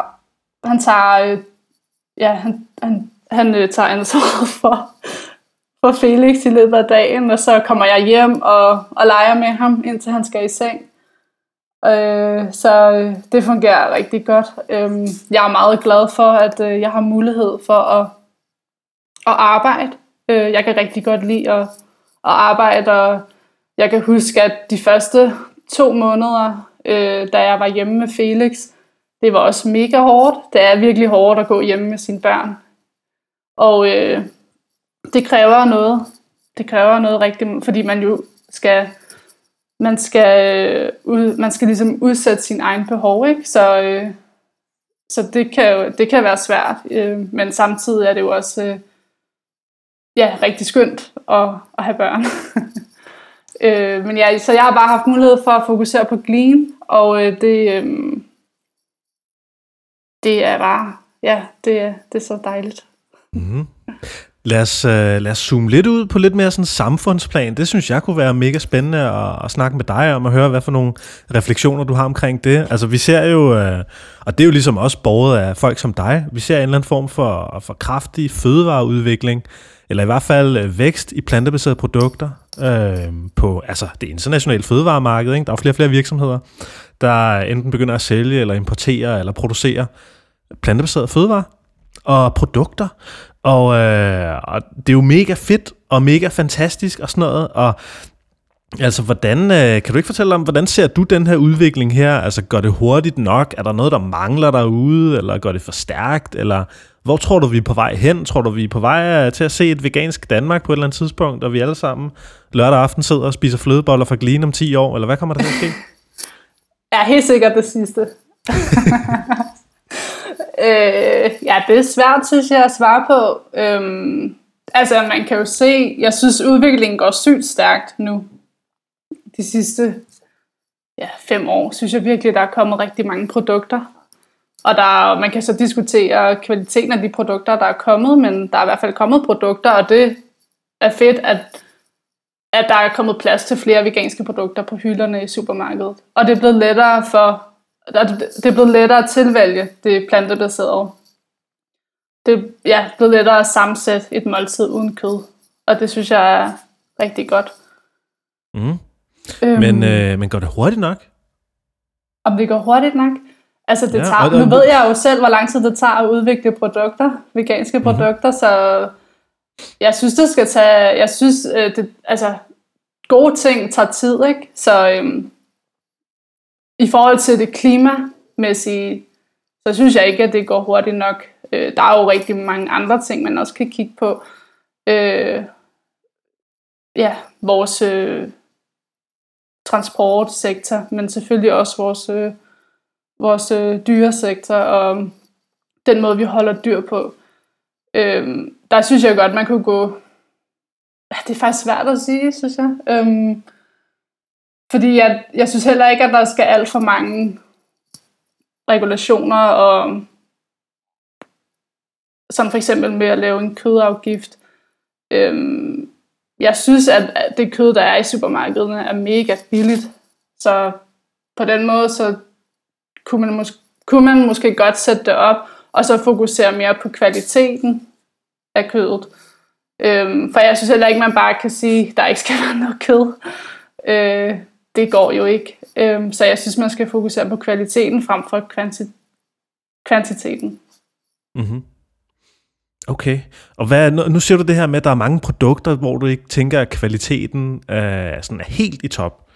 tager ansvaret for Felix i løbet af dagen, og så kommer jeg hjem og leger med ham, indtil han skal i seng. Så det fungerer rigtig godt. Jeg er meget glad for, at jeg har mulighed for at arbejde. Jeg kan rigtig godt lide at arbejde, og jeg kan huske, at de første 2 måneder, da jeg var hjemme med Felix, det var også mega hårdt. Det er virkelig hårdt at gå hjemme med sine børn. Og det kræver noget. Det kræver noget rigtigt, fordi man jo skal ligesom udsætte sine egne behov, ikke? Så det kan være svært, men samtidig er det jo også rigtig skønt at have børn. Så jeg har bare haft mulighed for at fokusere på Glean, og det er bare, det er så dejligt. Mm-hmm. Lad os zoome lidt ud på lidt mere sådan samfundsplan. Det synes jeg kunne være mega spændende at snakke med dig om, og høre, hvad for nogle refleksioner du har omkring det. Altså vi ser jo, og det er jo ligesom også båret af folk som dig, vi ser en eller anden form for kraftig fødevareudvikling, eller i hvert fald vækst i plantebaserede produkter på det internationale fødevaremarked. Ikke? Der er flere og flere virksomheder, der enten begynder at sælge, eller importere, eller producere plantebaserede fødevarer og produkter. Og det er jo mega fedt og mega fantastisk og sådan noget. Og altså, kan du ikke fortælle om, hvordan ser du den her udvikling her? Altså, går det hurtigt nok? Er der noget, der mangler derude? Eller går det for stærkt? Eller hvor tror du, vi er på vej hen? Tror du, vi er på vej til at se et vegansk Danmark på et eller andet tidspunkt, og vi alle sammen lørdag aften sidder og spiser flødeboller fra Glean om 10 år? Eller hvad kommer der til at ske? Ja, helt sikkert det sidste. Det er svært, synes jeg, at svare på. Man kan jo se, jeg synes, udviklingen går sygt stærkt nu. De sidste 5 år, synes jeg virkelig, der er kommet rigtig mange produkter. Og man kan så diskutere kvaliteten af de produkter, der er kommet, men der er i hvert fald kommet produkter, og det er fedt, at der er kommet plads til flere veganske produkter på hylderne i supermarkedet. Og det er blevet lettere at tilvælge det plantebaserede. Det er blevet lettere at sammensætte et måltid uden kød. Og det synes jeg er rigtig godt. Mm. Men går det hurtigt nok? Om det går hurtigt nok? Altså det tager, nu ved jeg jo selv, hvor lang tid det tager at udvikle produkter, veganske produkter, så jeg synes, det skal tage, gode ting tager tid, ikke? Så i forhold til det klimamæssige, så synes jeg ikke, at det går hurtigt nok. Der er jo rigtig mange andre ting, man også kan kigge på. Vores transportsektor, men selvfølgelig også vores dyresektor og den måde, vi holder dyr på. Der synes jeg godt, man kunne gå... Det er faktisk svært at sige, synes jeg. Fordi jeg synes heller ikke, at der skal alt for mange regulationer, og som for eksempel med at lave en kødafgift. Jeg synes, at det kød, der er i supermarkederne, er mega billigt. Så på den måde, så kunne man måske godt sætte det op, og så fokusere mere på kvaliteten af kødet. For jeg synes heller ikke, man bare kan sige, at der ikke skal være noget kød. Det går jo ikke. Så jeg synes, man skal fokusere på kvaliteten frem for kvantiteten. Mm-hmm. Okay. Og nu siger du det her med, at der er mange produkter, hvor du ikke tænker, at kvaliteten er helt i top.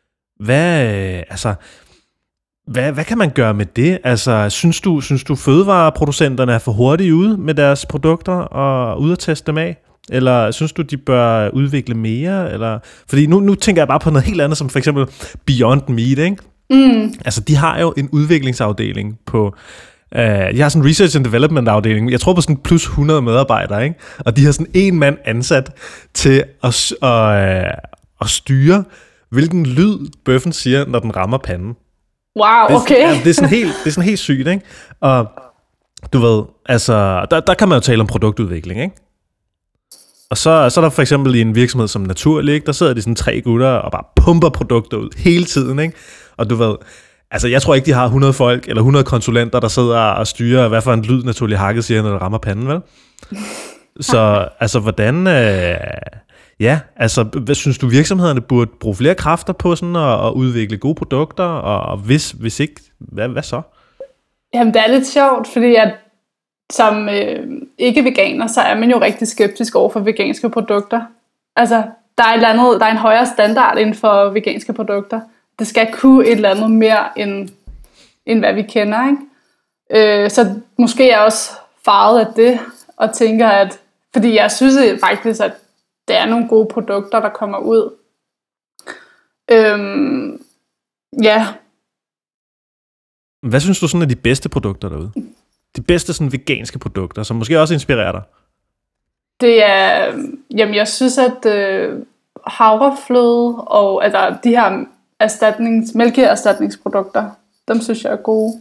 Hvad kan man gøre med det? Altså, synes du fødevareproducenterne er for hurtige ude med deres produkter og ude at teste dem af? Eller synes du, de bør udvikle mere? Eller fordi nu tænker jeg bare på noget helt andet, som for eksempel Beyond Meat, ikke? Mm. Altså, de har jo en udviklingsafdeling på Jeg har sådan en research and development afdeling. Jeg tror på sådan plus 100 medarbejdere, ikke? Og de har sådan en mand ansat til at styre, hvilken lyd bøffen siger, når den rammer panden. Wow, okay. Det er sådan helt sygt, ikke? Og du ved, altså, der kan man jo tale om produktudvikling, ikke? Og så er der for eksempel i en virksomhed som Naturlig, ikke? Der sidder de sådan 3 gutter og bare pumper produkter ud hele tiden, ikke? Og du ved, altså jeg tror ikke, de har 100 folk eller 100 konsulenter, der sidder og styrer, hvad for en lyd Naturlig Hakket siger, når det rammer panden, vel? Så altså, hvordan... Ja, altså, hvad synes du, virksomhederne burde bruge flere kræfter på sådan at udvikle gode produkter, og hvis ikke, hvad så? Jamen, det er lidt sjovt, fordi at som ikke-veganer, så er man jo rigtig skeptisk over for veganske produkter. Altså, der er en højere standard inden for veganske produkter. Det skal kunne et eller andet mere, end hvad vi kender, ikke? Så måske er jeg også farvet af det, og tænker, at fordi jeg synes faktisk, at det er nogle gode produkter, der kommer ud. Ja. Hvad synes du sådan er de bedste produkter derude? De bedste sådan veganske produkter, som måske også inspirerer dig? Det er, jamen jeg synes, at havrefløde og altså de her mælkeerstatningsprodukter, dem synes jeg er gode.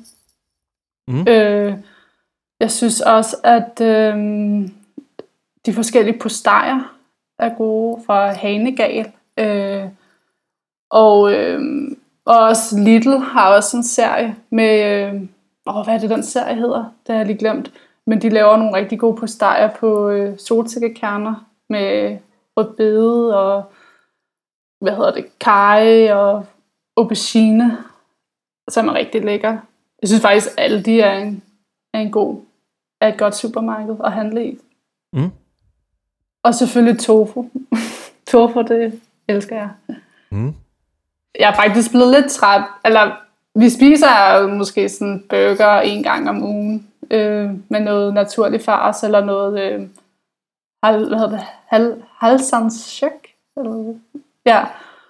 Jeg synes også, at de forskellige postejer er gode fra Hanegal. Og også Lidl har også en serie med, hvad er det den serie hedder? Det har jeg lige glemt. Men de laver nogle rigtig gode postejer på solsikkekerner med rødbede og karry og aubergine, som er rigtig lækker. Jeg synes faktisk, at Aldi er et godt supermarked at handle i. Og selvfølgelig tofu. Tofu, det elsker jeg. Jeg er faktisk blevet lidt træt. Eller, vi spiser måske sådan burger 1 gang om ugen. Med noget naturlig fars, eller noget halsanskjøk. Ja.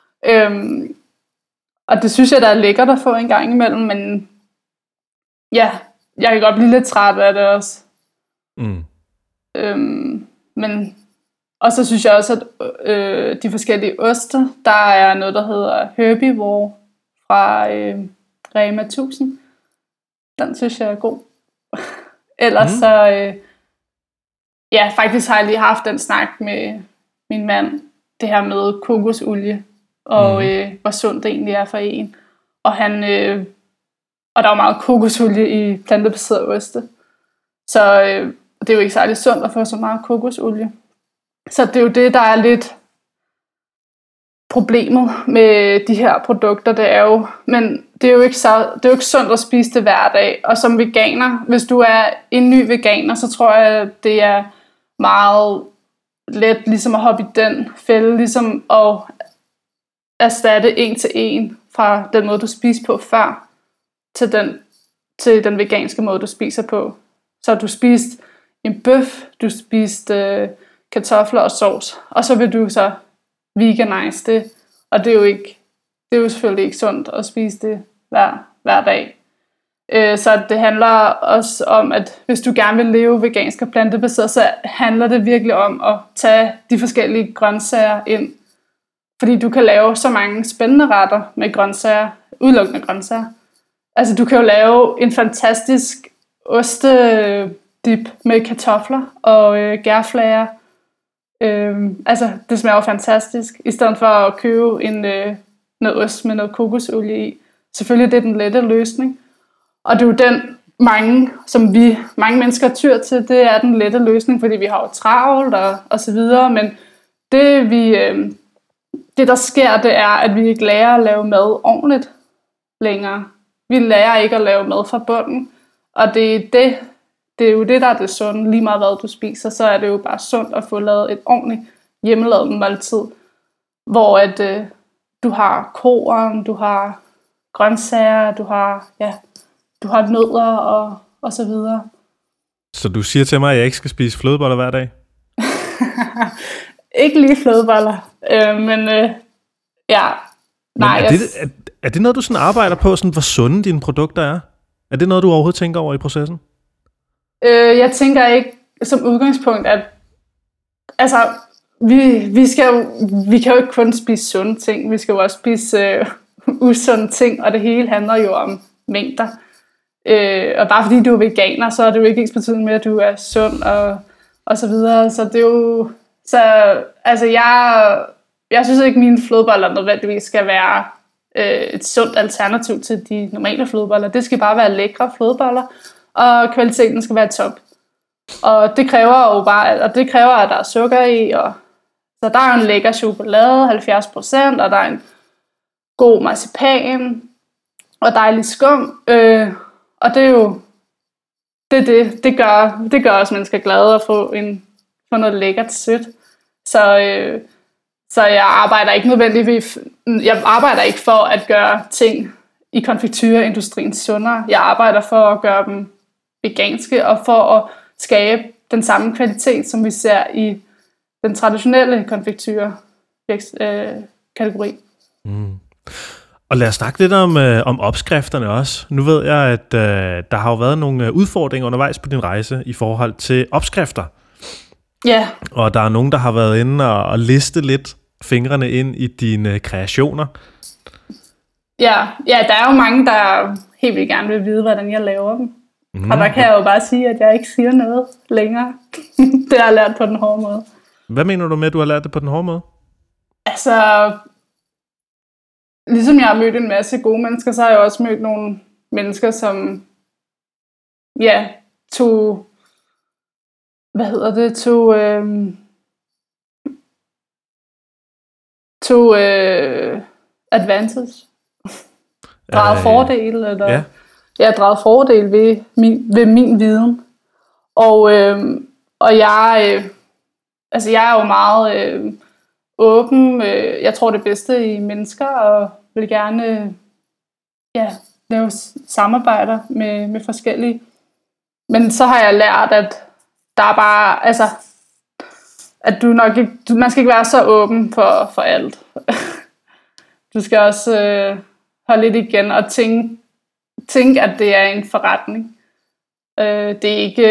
Og det synes jeg, der er lækkert at få en gang imellem, men ja, jeg kan godt blive lidt træt af det også. Men og så synes jeg også, at de forskellige oste, der er noget, der hedder Herbivore fra Rema 1000. Den synes jeg er god. Ellers så, faktisk har jeg lige haft den snak med min mand, det her med kokosolie, og hvor sundt det egentlig er for en. Og og der er meget kokosolie i plantebaserede oste. Så det er jo ikke særlig sundt at få så meget kokosolie. Så det er jo det, der er lidt problemet med de her produkter, det er jo, men det er jo ikke sundt at spise det hver dag. Og som veganer, hvis du er en ny veganer, så tror jeg, det er meget let ligesom at hoppe i den fælde, ligesom at erstatte 1 til 1 fra den måde, du spiser på før, til den veganske måde, du spiser på. Så du spiste en bøf, du spiste kartofler og sovs, og så vil du så veganize det, og det er jo selvfølgelig ikke sundt at spise det hver dag. Så det handler også om, at hvis du gerne vil leve vegansk og plantebaseret, så handler det virkelig om at tage de forskellige grøntsager ind, fordi du kan lave så mange spændende retter med grøntsager, udelukkende grøntsager. Altså du kan jo lave en fantastisk ostedip med kartofler og gærflager. Altså det smager fantastisk, i stedet for at købe noget ost med noget kokosolie i. Selvfølgelig det er den lette løsning, og det er jo den mange mennesker tyr til, det er den lette løsning, fordi vi har jo travlt og så videre, men det der sker, det er, at vi ikke lærer at lave mad ordentligt længere. Vi lærer ikke at lave mad fra bunden, og det er jo det, der er det sunde. Lige meget hvad du spiser, så er det jo bare sundt at få lavet et ordentligt hjemmelavet måltid, hvor at du har korn, du har grøntsager, du har nødder og så videre. Så du siger til mig, at jeg ikke skal spise flødeboller hver dag? Ikke lige flødeboller, men ja. Men er det noget, du sådan arbejder på, sådan, hvor sunde dine produkter er? Er det noget, du overhovedet tænker over i processen? Jeg tænker ikke som udgangspunkt, at altså, vi kan jo ikke kun spise sunde ting, vi skal jo også spise usunde ting, og det hele handler jo om mængder. Og bare fordi du er veganer, så er det jo ikke ensbetydende med, at du er sund og så videre. Så det er jo... Så altså, jeg synes ikke, at mine flødeboller nødvendigvis skal være et sundt alternativ til de normale flødeboller. Det skal bare være lækre flødeboller, og kvaliteten skal være top. Og det kræver jo bare, at der er sukker i, og så der er en lækker chokolade, 70%, og der er en god marcipan, og dejlig skum. Og det er jo det gør også mennesker glade at få noget lækkert sødt. Så jeg arbejder ikke nødvendigvis, jeg arbejder ikke for at gøre ting i konfektureindustrien sundere. Jeg arbejder for at gøre dem veganske og for at skabe den samme kvalitet, som vi ser i den traditionelle konfekturkategori. Og lad os snakke lidt om opskrifterne også. Nu ved jeg, at der har jo været nogle udfordringer undervejs på din rejse i forhold til opskrifter. Ja. Yeah. Og der er nogen, der har været inde og liste lidt fingrene ind i dine kreationer. Ja, der er jo mange, der helt vildt gerne vil vide, hvordan jeg laver dem. Og der kan jeg jo bare sige, at jeg ikke siger noget længere. Det har jeg lært på den hårde måde. Hvad mener du med, at du har lært det på den hårde måde? Altså, ligesom jeg har mødt en masse gode mennesker, så har jeg også mødt nogle mennesker, som tog advantage. Dragede fordel, eller dragede fordel ved min viden. Og jeg er jo meget åben. Jeg tror det bedste i mennesker, og vil gerne lave samarbejder med forskellige. Men så har jeg lært, at der er bare, altså, at man skal ikke være så åben for alt. Du skal også holde lidt igen og tænke, at det er en forretning. Det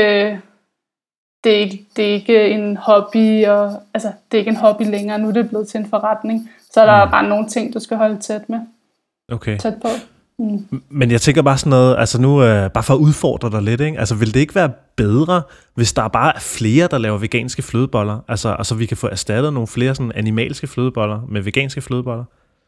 er ikke en hobby, og altså, det er ikke en hobby længere. Nu er det blevet til en forretning. Så er der bare nogle ting, du skal holde tæt med. Okay. Tæt på. Men jeg tænker bare sådan noget, altså nu, bare for at udfordre dig lidt, ikke? Altså vil det ikke være bedre, hvis der bare er flere, der laver veganske flødeboller? Altså vi kan få erstattet nogle flere sådan animalske flødeboller med veganske flødeboller?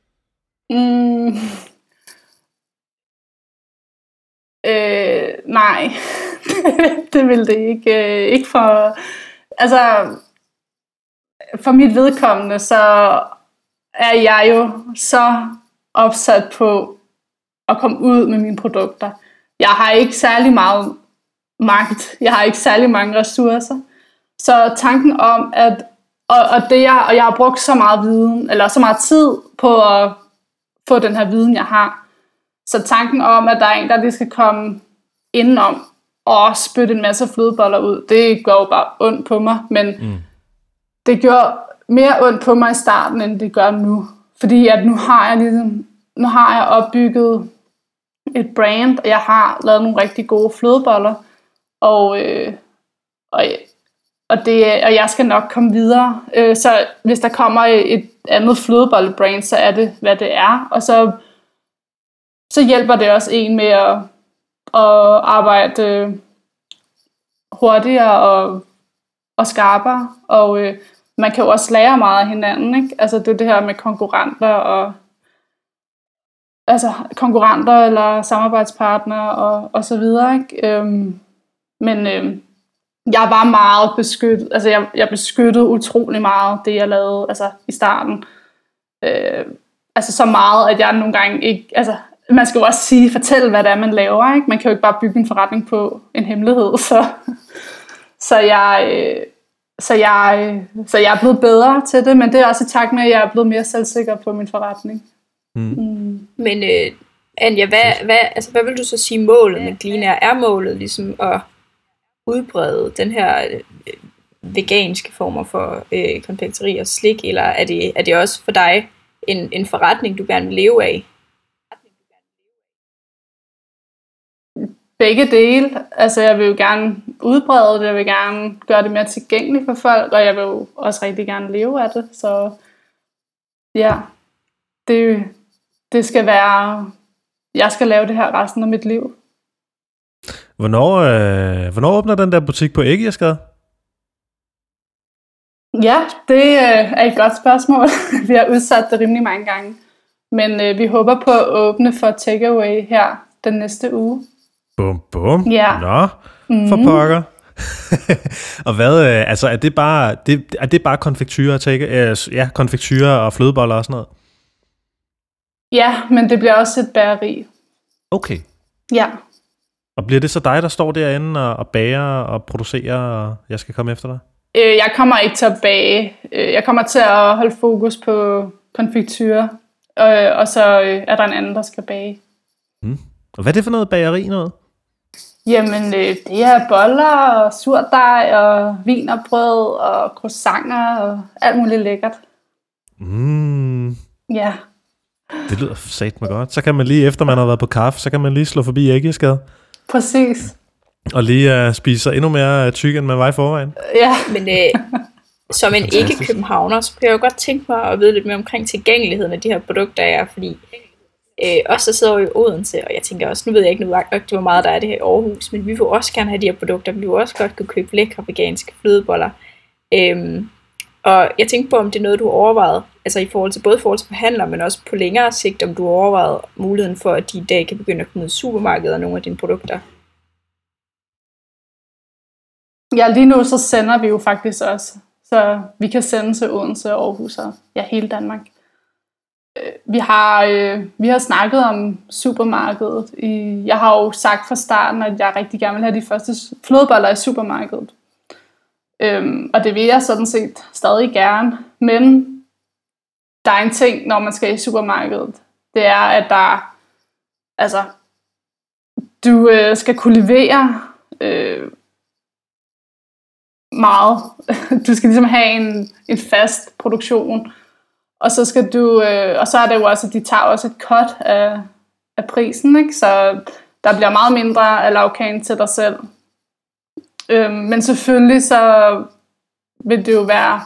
Nej, det vil det ikke. Ikke for, altså, for mit vedkommende, så er jeg jo så opsat på at komme ud med mine produkter. Jeg har ikke særlig meget magt. Jeg har ikke særlig mange ressourcer. Så tanken om, at jeg har brugt så meget viden, eller så meget tid på at få den her viden, jeg har. Så tanken om, at der er en, der lige skal komme indenom og spytte en masse flødeboller ud, det går jo bare ondt på mig. Men det gjorde mere ondt på mig i starten, end det gør nu. Fordi at nu har jeg opbygget et brand, og jeg har lavet nogle rigtig gode flødeboller, og jeg skal nok komme videre. Så hvis der kommer et andet flødebollebrand, så er det, hvad det er. Og så hjælper det også en med at arbejde hurtigere og skarpere. Og man kan jo også lære meget af hinanden, ikke? Altså det er det her med konkurrenter eller samarbejdspartnere og så videre, ikke? Men jeg var meget beskyttet. Altså jeg beskyttede utrolig meget det, jeg lavede, altså i starten. Altså så meget, at jeg nogle gange ikke, altså man skal jo også fortælle, hvad det er, man laver, ikke? Man kan jo ikke bare bygge en forretning på en hemmelighed, så jeg er blevet bedre til det, men det er også i takt med, at jeg er blevet mere selvsikker på min forretning. Men Anja, hvad vil du så sige målet med Glina? Er målet ligesom at udbrede den her veganske former for konfekteri og slik, eller er det også for dig en forretning, du gerne vil leve af? Begge dele. Altså, jeg vil jo gerne udbrede det, jeg vil gerne gøre det mere tilgængeligt for folk, og jeg vil jo også rigtig gerne leve af det. Så ja, det skal være... Jeg skal lave det her resten af mit liv. Hvornår åbner den der butik på Ægirsgade? Ja, det er et godt spørgsmål. Vi har udsat det rimelig mange gange. Men vi håber på at åbne for takeaway her den næste uge. Bum, bum. Ja. Nå, for pokker. Og hvad, altså er det bare konfektyrer, konfektyrer og flødeboller og sådan noget? Ja, men det bliver også et bageri. Okay. Ja. Og bliver det så dig, der står derinde og bager og producerer, og jeg skal komme efter dig? Jeg kommer ikke til at bage. Jeg kommer til at holde fokus på konfektyrer, og så er der en anden, der skal bage. Og hvad er det for noget bageri noget? Jamen, det er boller og surdej og wienerbrød og croissanter og alt muligt lækkert. Ja. Det lyder satme godt. Så kan man lige, efter man har været på kaffe, så kan man lige slå forbi Ægirsgade. Præcis. Og lige spise sig endnu mere tyk, end man var i forvejen. Ja. Men som en ikke-københavner, så kan jeg jo godt tænke mig at vide lidt mere omkring tilgængeligheden af de her produkter er, fordi os der sidder jo i Odense, og jeg tænker også, nu ved jeg ikke nøjagtigt, hvor meget der er det her i Aarhus, men vi vil også gerne have de her produkter, vi vil også godt kunne købe lækre veganske flødeboller. Og jeg tænkte på, om det er noget, du har overvejet, altså både i forhold til forhandler, men også på længere sigt, om du har overvejet muligheden for, at de i dag kan begynde at komme ud i supermarkedet og nogle af dine produkter. Ja, lige nu så sender vi jo faktisk også, så vi kan sende til Odense og Aarhus og hele Danmark. Vi har snakket om supermarkedet. Jeg har jo sagt fra starten, at jeg rigtig gerne vil have de første flødeboller i supermarkedet. Og det vil jeg sådan set stadig gerne. Men der er en ting, når man skal i supermarkedet. Det er, at du skal kunne levere meget. Du skal ligesom have en fast produktion. Og så skal du, og så er det jo også, at de tager også et cut af prisen, ikke? Så der bliver meget mindre af lavkagen til dig selv. Men selvfølgelig så vil det jo være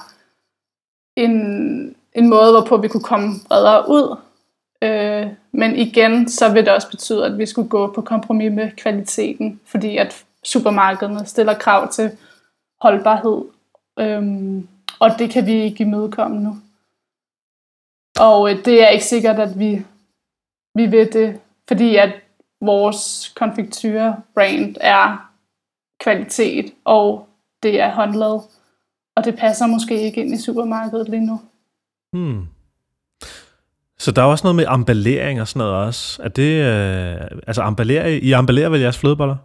en måde, hvorpå vi kunne komme bredere ud. Men igen, så vil det også betyde, at vi skulle gå på kompromis med kvaliteten, fordi at supermarkederne stiller krav til holdbarhed. Og det kan vi ikke imødekomme nu. Og det er ikke sikkert, at vi vil det, fordi at vores konfektyr-brand er kvalitet, og det er håndlavet. Og det passer måske ikke ind i supermarkedet lige nu. Så der er også noget med emballering og sådan noget også. Er det, I emballerer vel jeres flødeboller?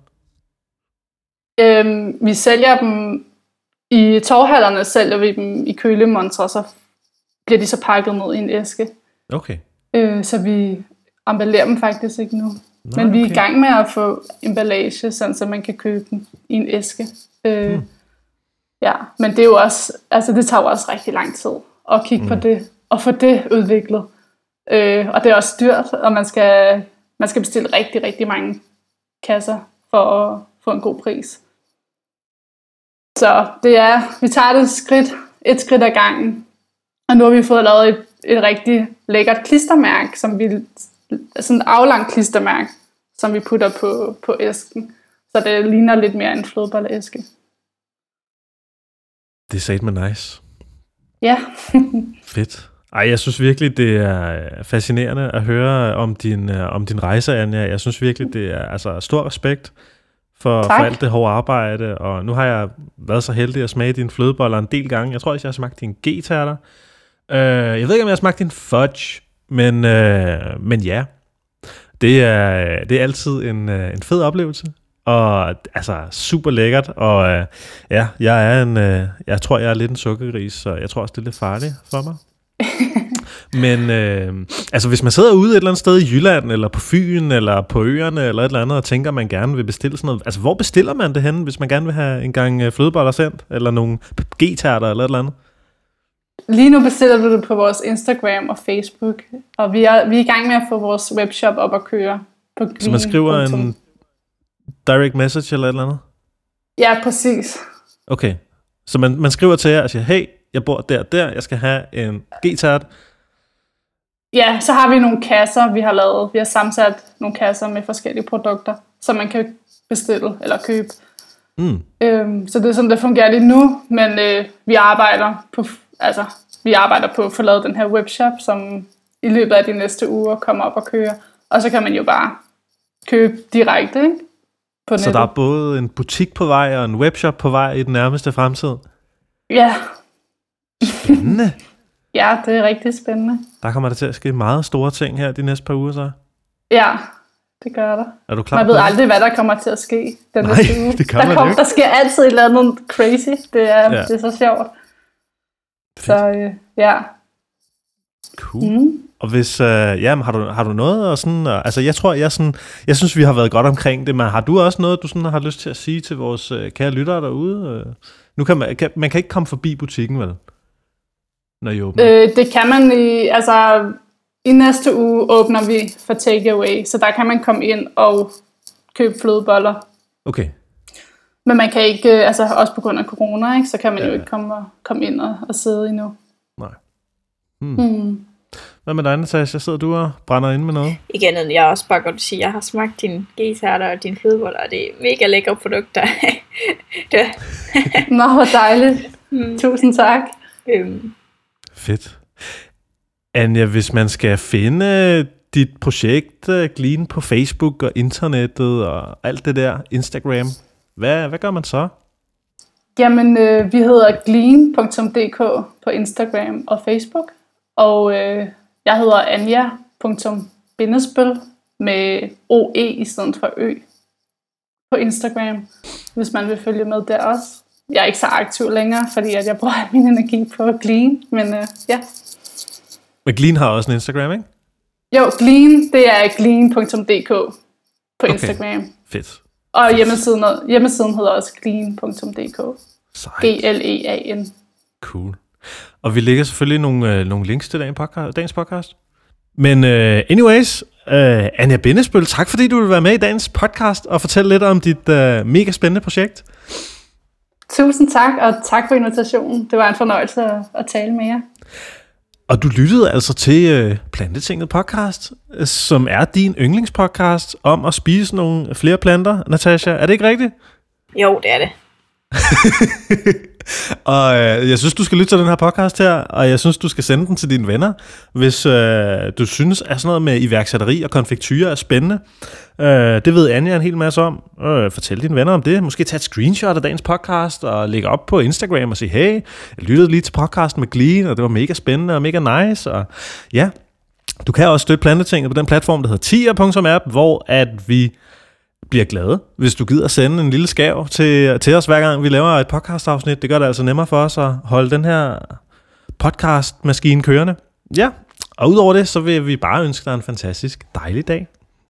Vi sælger dem i torvhallerne, sælger vi dem i kølemontre, så bliver de så pakket ned i en æske. Okay. Så vi emballerer dem faktisk ikke nu. Men vi er i gang med at få emballage, sådan så man kan købe dem i en æske. Ja, men det er jo også, altså det tager jo også rigtig lang tid at kigge på det, og få det udviklet. Og det er også dyrt, og man skal bestille rigtig, rigtig mange kasser for at få en god pris. Så vi tager det et skridt ad gangen. Og nu har vi fået lavet et rigtig lækkert klistermærke, sådan et aflangt klistermærke, som vi putter på æsken. Så det ligner lidt mere en flødebolleæske. Det er satme nice. Ja. Fedt. Ej, jeg synes virkelig, det er fascinerende at høre om din rejse, Anja. Jeg synes virkelig, det er altså stor respekt for alt det hårde arbejde. Og nu har jeg været så heldig at smage dine flødeboller en del gange. Jeg tror også, jeg har smagt din G-tærter. Jeg ved ikke, om jeg har smagt din fudge, men ja. Det er altid en fed oplevelse. Og altså super lækkert. Og jeg tror, jeg er lidt en sukkergris, så jeg tror også, det er lidt farligt for mig. Men altså hvis man sidder ude et eller andet sted i Jylland, eller på Fyn, eller på øerne, eller et eller andet, og tænker, man gerne vil bestille sådan noget. Altså hvor bestiller man det henne, hvis man gerne vil have en gang flødeboller sendt, eller nogle G-tærter, eller et eller andet? Lige nu bestiller du det på vores Instagram og Facebook, og vi er i gang med at få vores webshop op at køre. Så man skriver en direct message eller et eller andet? Ja, præcis. Okay, så man skriver til jer og siger, hey, jeg bor der, jeg skal have en G-tart. Ja, så har vi nogle kasser, vi har lavet. Vi har sammensat nogle kasser med forskellige produkter, som man kan bestille eller købe. Så det er sådan, det fungerer lige nu, men vi arbejder på at få lavet den her webshop, som i løbet af de næste uger kommer op og kører. Og så kan man jo bare købe direkte, ikke? På nettet. Så der er både en butik på vej og en webshop på vej i den nærmeste fremtid? Ja. Spændende. Ja, det er rigtig spændende. Der kommer der til at ske meget store ting her de næste par uger, så? Ja, det gør der. Er du klar? Man ved aldrig, hvad der kommer til at ske den næste uge. Det kan man ikke. Der sker altid et eller andet crazy. Det er så sjovt. Fedt. Så ja. Cool. Og hvis, har du noget og sådan, altså jeg tror, jeg synes, vi har været godt omkring det, men har du også noget, du sådan har lyst til at sige til vores kære lyttere derude? Nu kan man kan ikke komme forbi butikken, vel? Når I åbner. Det kan man i næste uge åbner vi for takeaway, så der kan man komme ind og købe flødeboller. Okay. Men man kan ikke, også på grund af corona, ikke, så kan man jo ikke komme ind og sidde endnu. Nej. Hvad med dig, Natasha? Sidder du og brænder ind med noget? Igen, jeg også bare godt sige, jeg har smagt dine G-tærter og dine flødeboller, og det er mega lækre produkter. Nå, hvor dejligt. Tusind tak. Fedt. Anja, hvis man skal finde dit projekt Glean på Facebook og internettet og alt det der, Instagram, hvad gør man så? Jamen, vi hedder glean.dk på Instagram og Facebook, og jeg hedder anja.bindespil med OE i stedet for ø på Instagram, hvis man vil følge med der også. Jeg er ikke så aktiv længere, fordi at jeg bruger min energi på Glean, men ja. Men Glean har også en Instagram, ikke? Jo, Glean, det er glean.dk på Instagram. Fedt. Og hjemmesiden hedder også glean.dk. Glean. Cool. Og vi lægger selvfølgelig nogle links til dagens podcast. Men anyways, Anja Bindespil, tak fordi du vil være med i dagens podcast og fortælle lidt om dit mega spændende projekt. Tusind tak, og tak for invitationen. Det var en fornøjelse at tale med jer. Og du lyttede altså til Plantetinget podcast, som er din yndlingspodcast om at spise nogle flere planter, Natasha. Er det ikke rigtigt? Jo, det er det. Og jeg synes, du skal lytte til den her podcast her, og jeg synes, du skal sende den til dine venner, hvis du synes, at sådan noget med iværksætteri og konfektyrer er spændende. Det ved Anja en hel masse om. Fortæl dine venner om det. Måske tage et screenshot af dagens podcast og lægge op på Instagram og sige, hey, jeg lyttede lige til podcasten med Glean, og det var mega spændende og mega nice. Og ja, du kan også støtte Plantetinget på den platform, der hedder tier.app, hvor at vi bliver glade, hvis du gider sende en lille skav til os, hver gang vi laver et podcastafsnit. Det gør det altså nemmere for os at holde den her podcastmaskine kørende. Ja, og udover det, så vil vi bare ønske dig en fantastisk dejlig dag.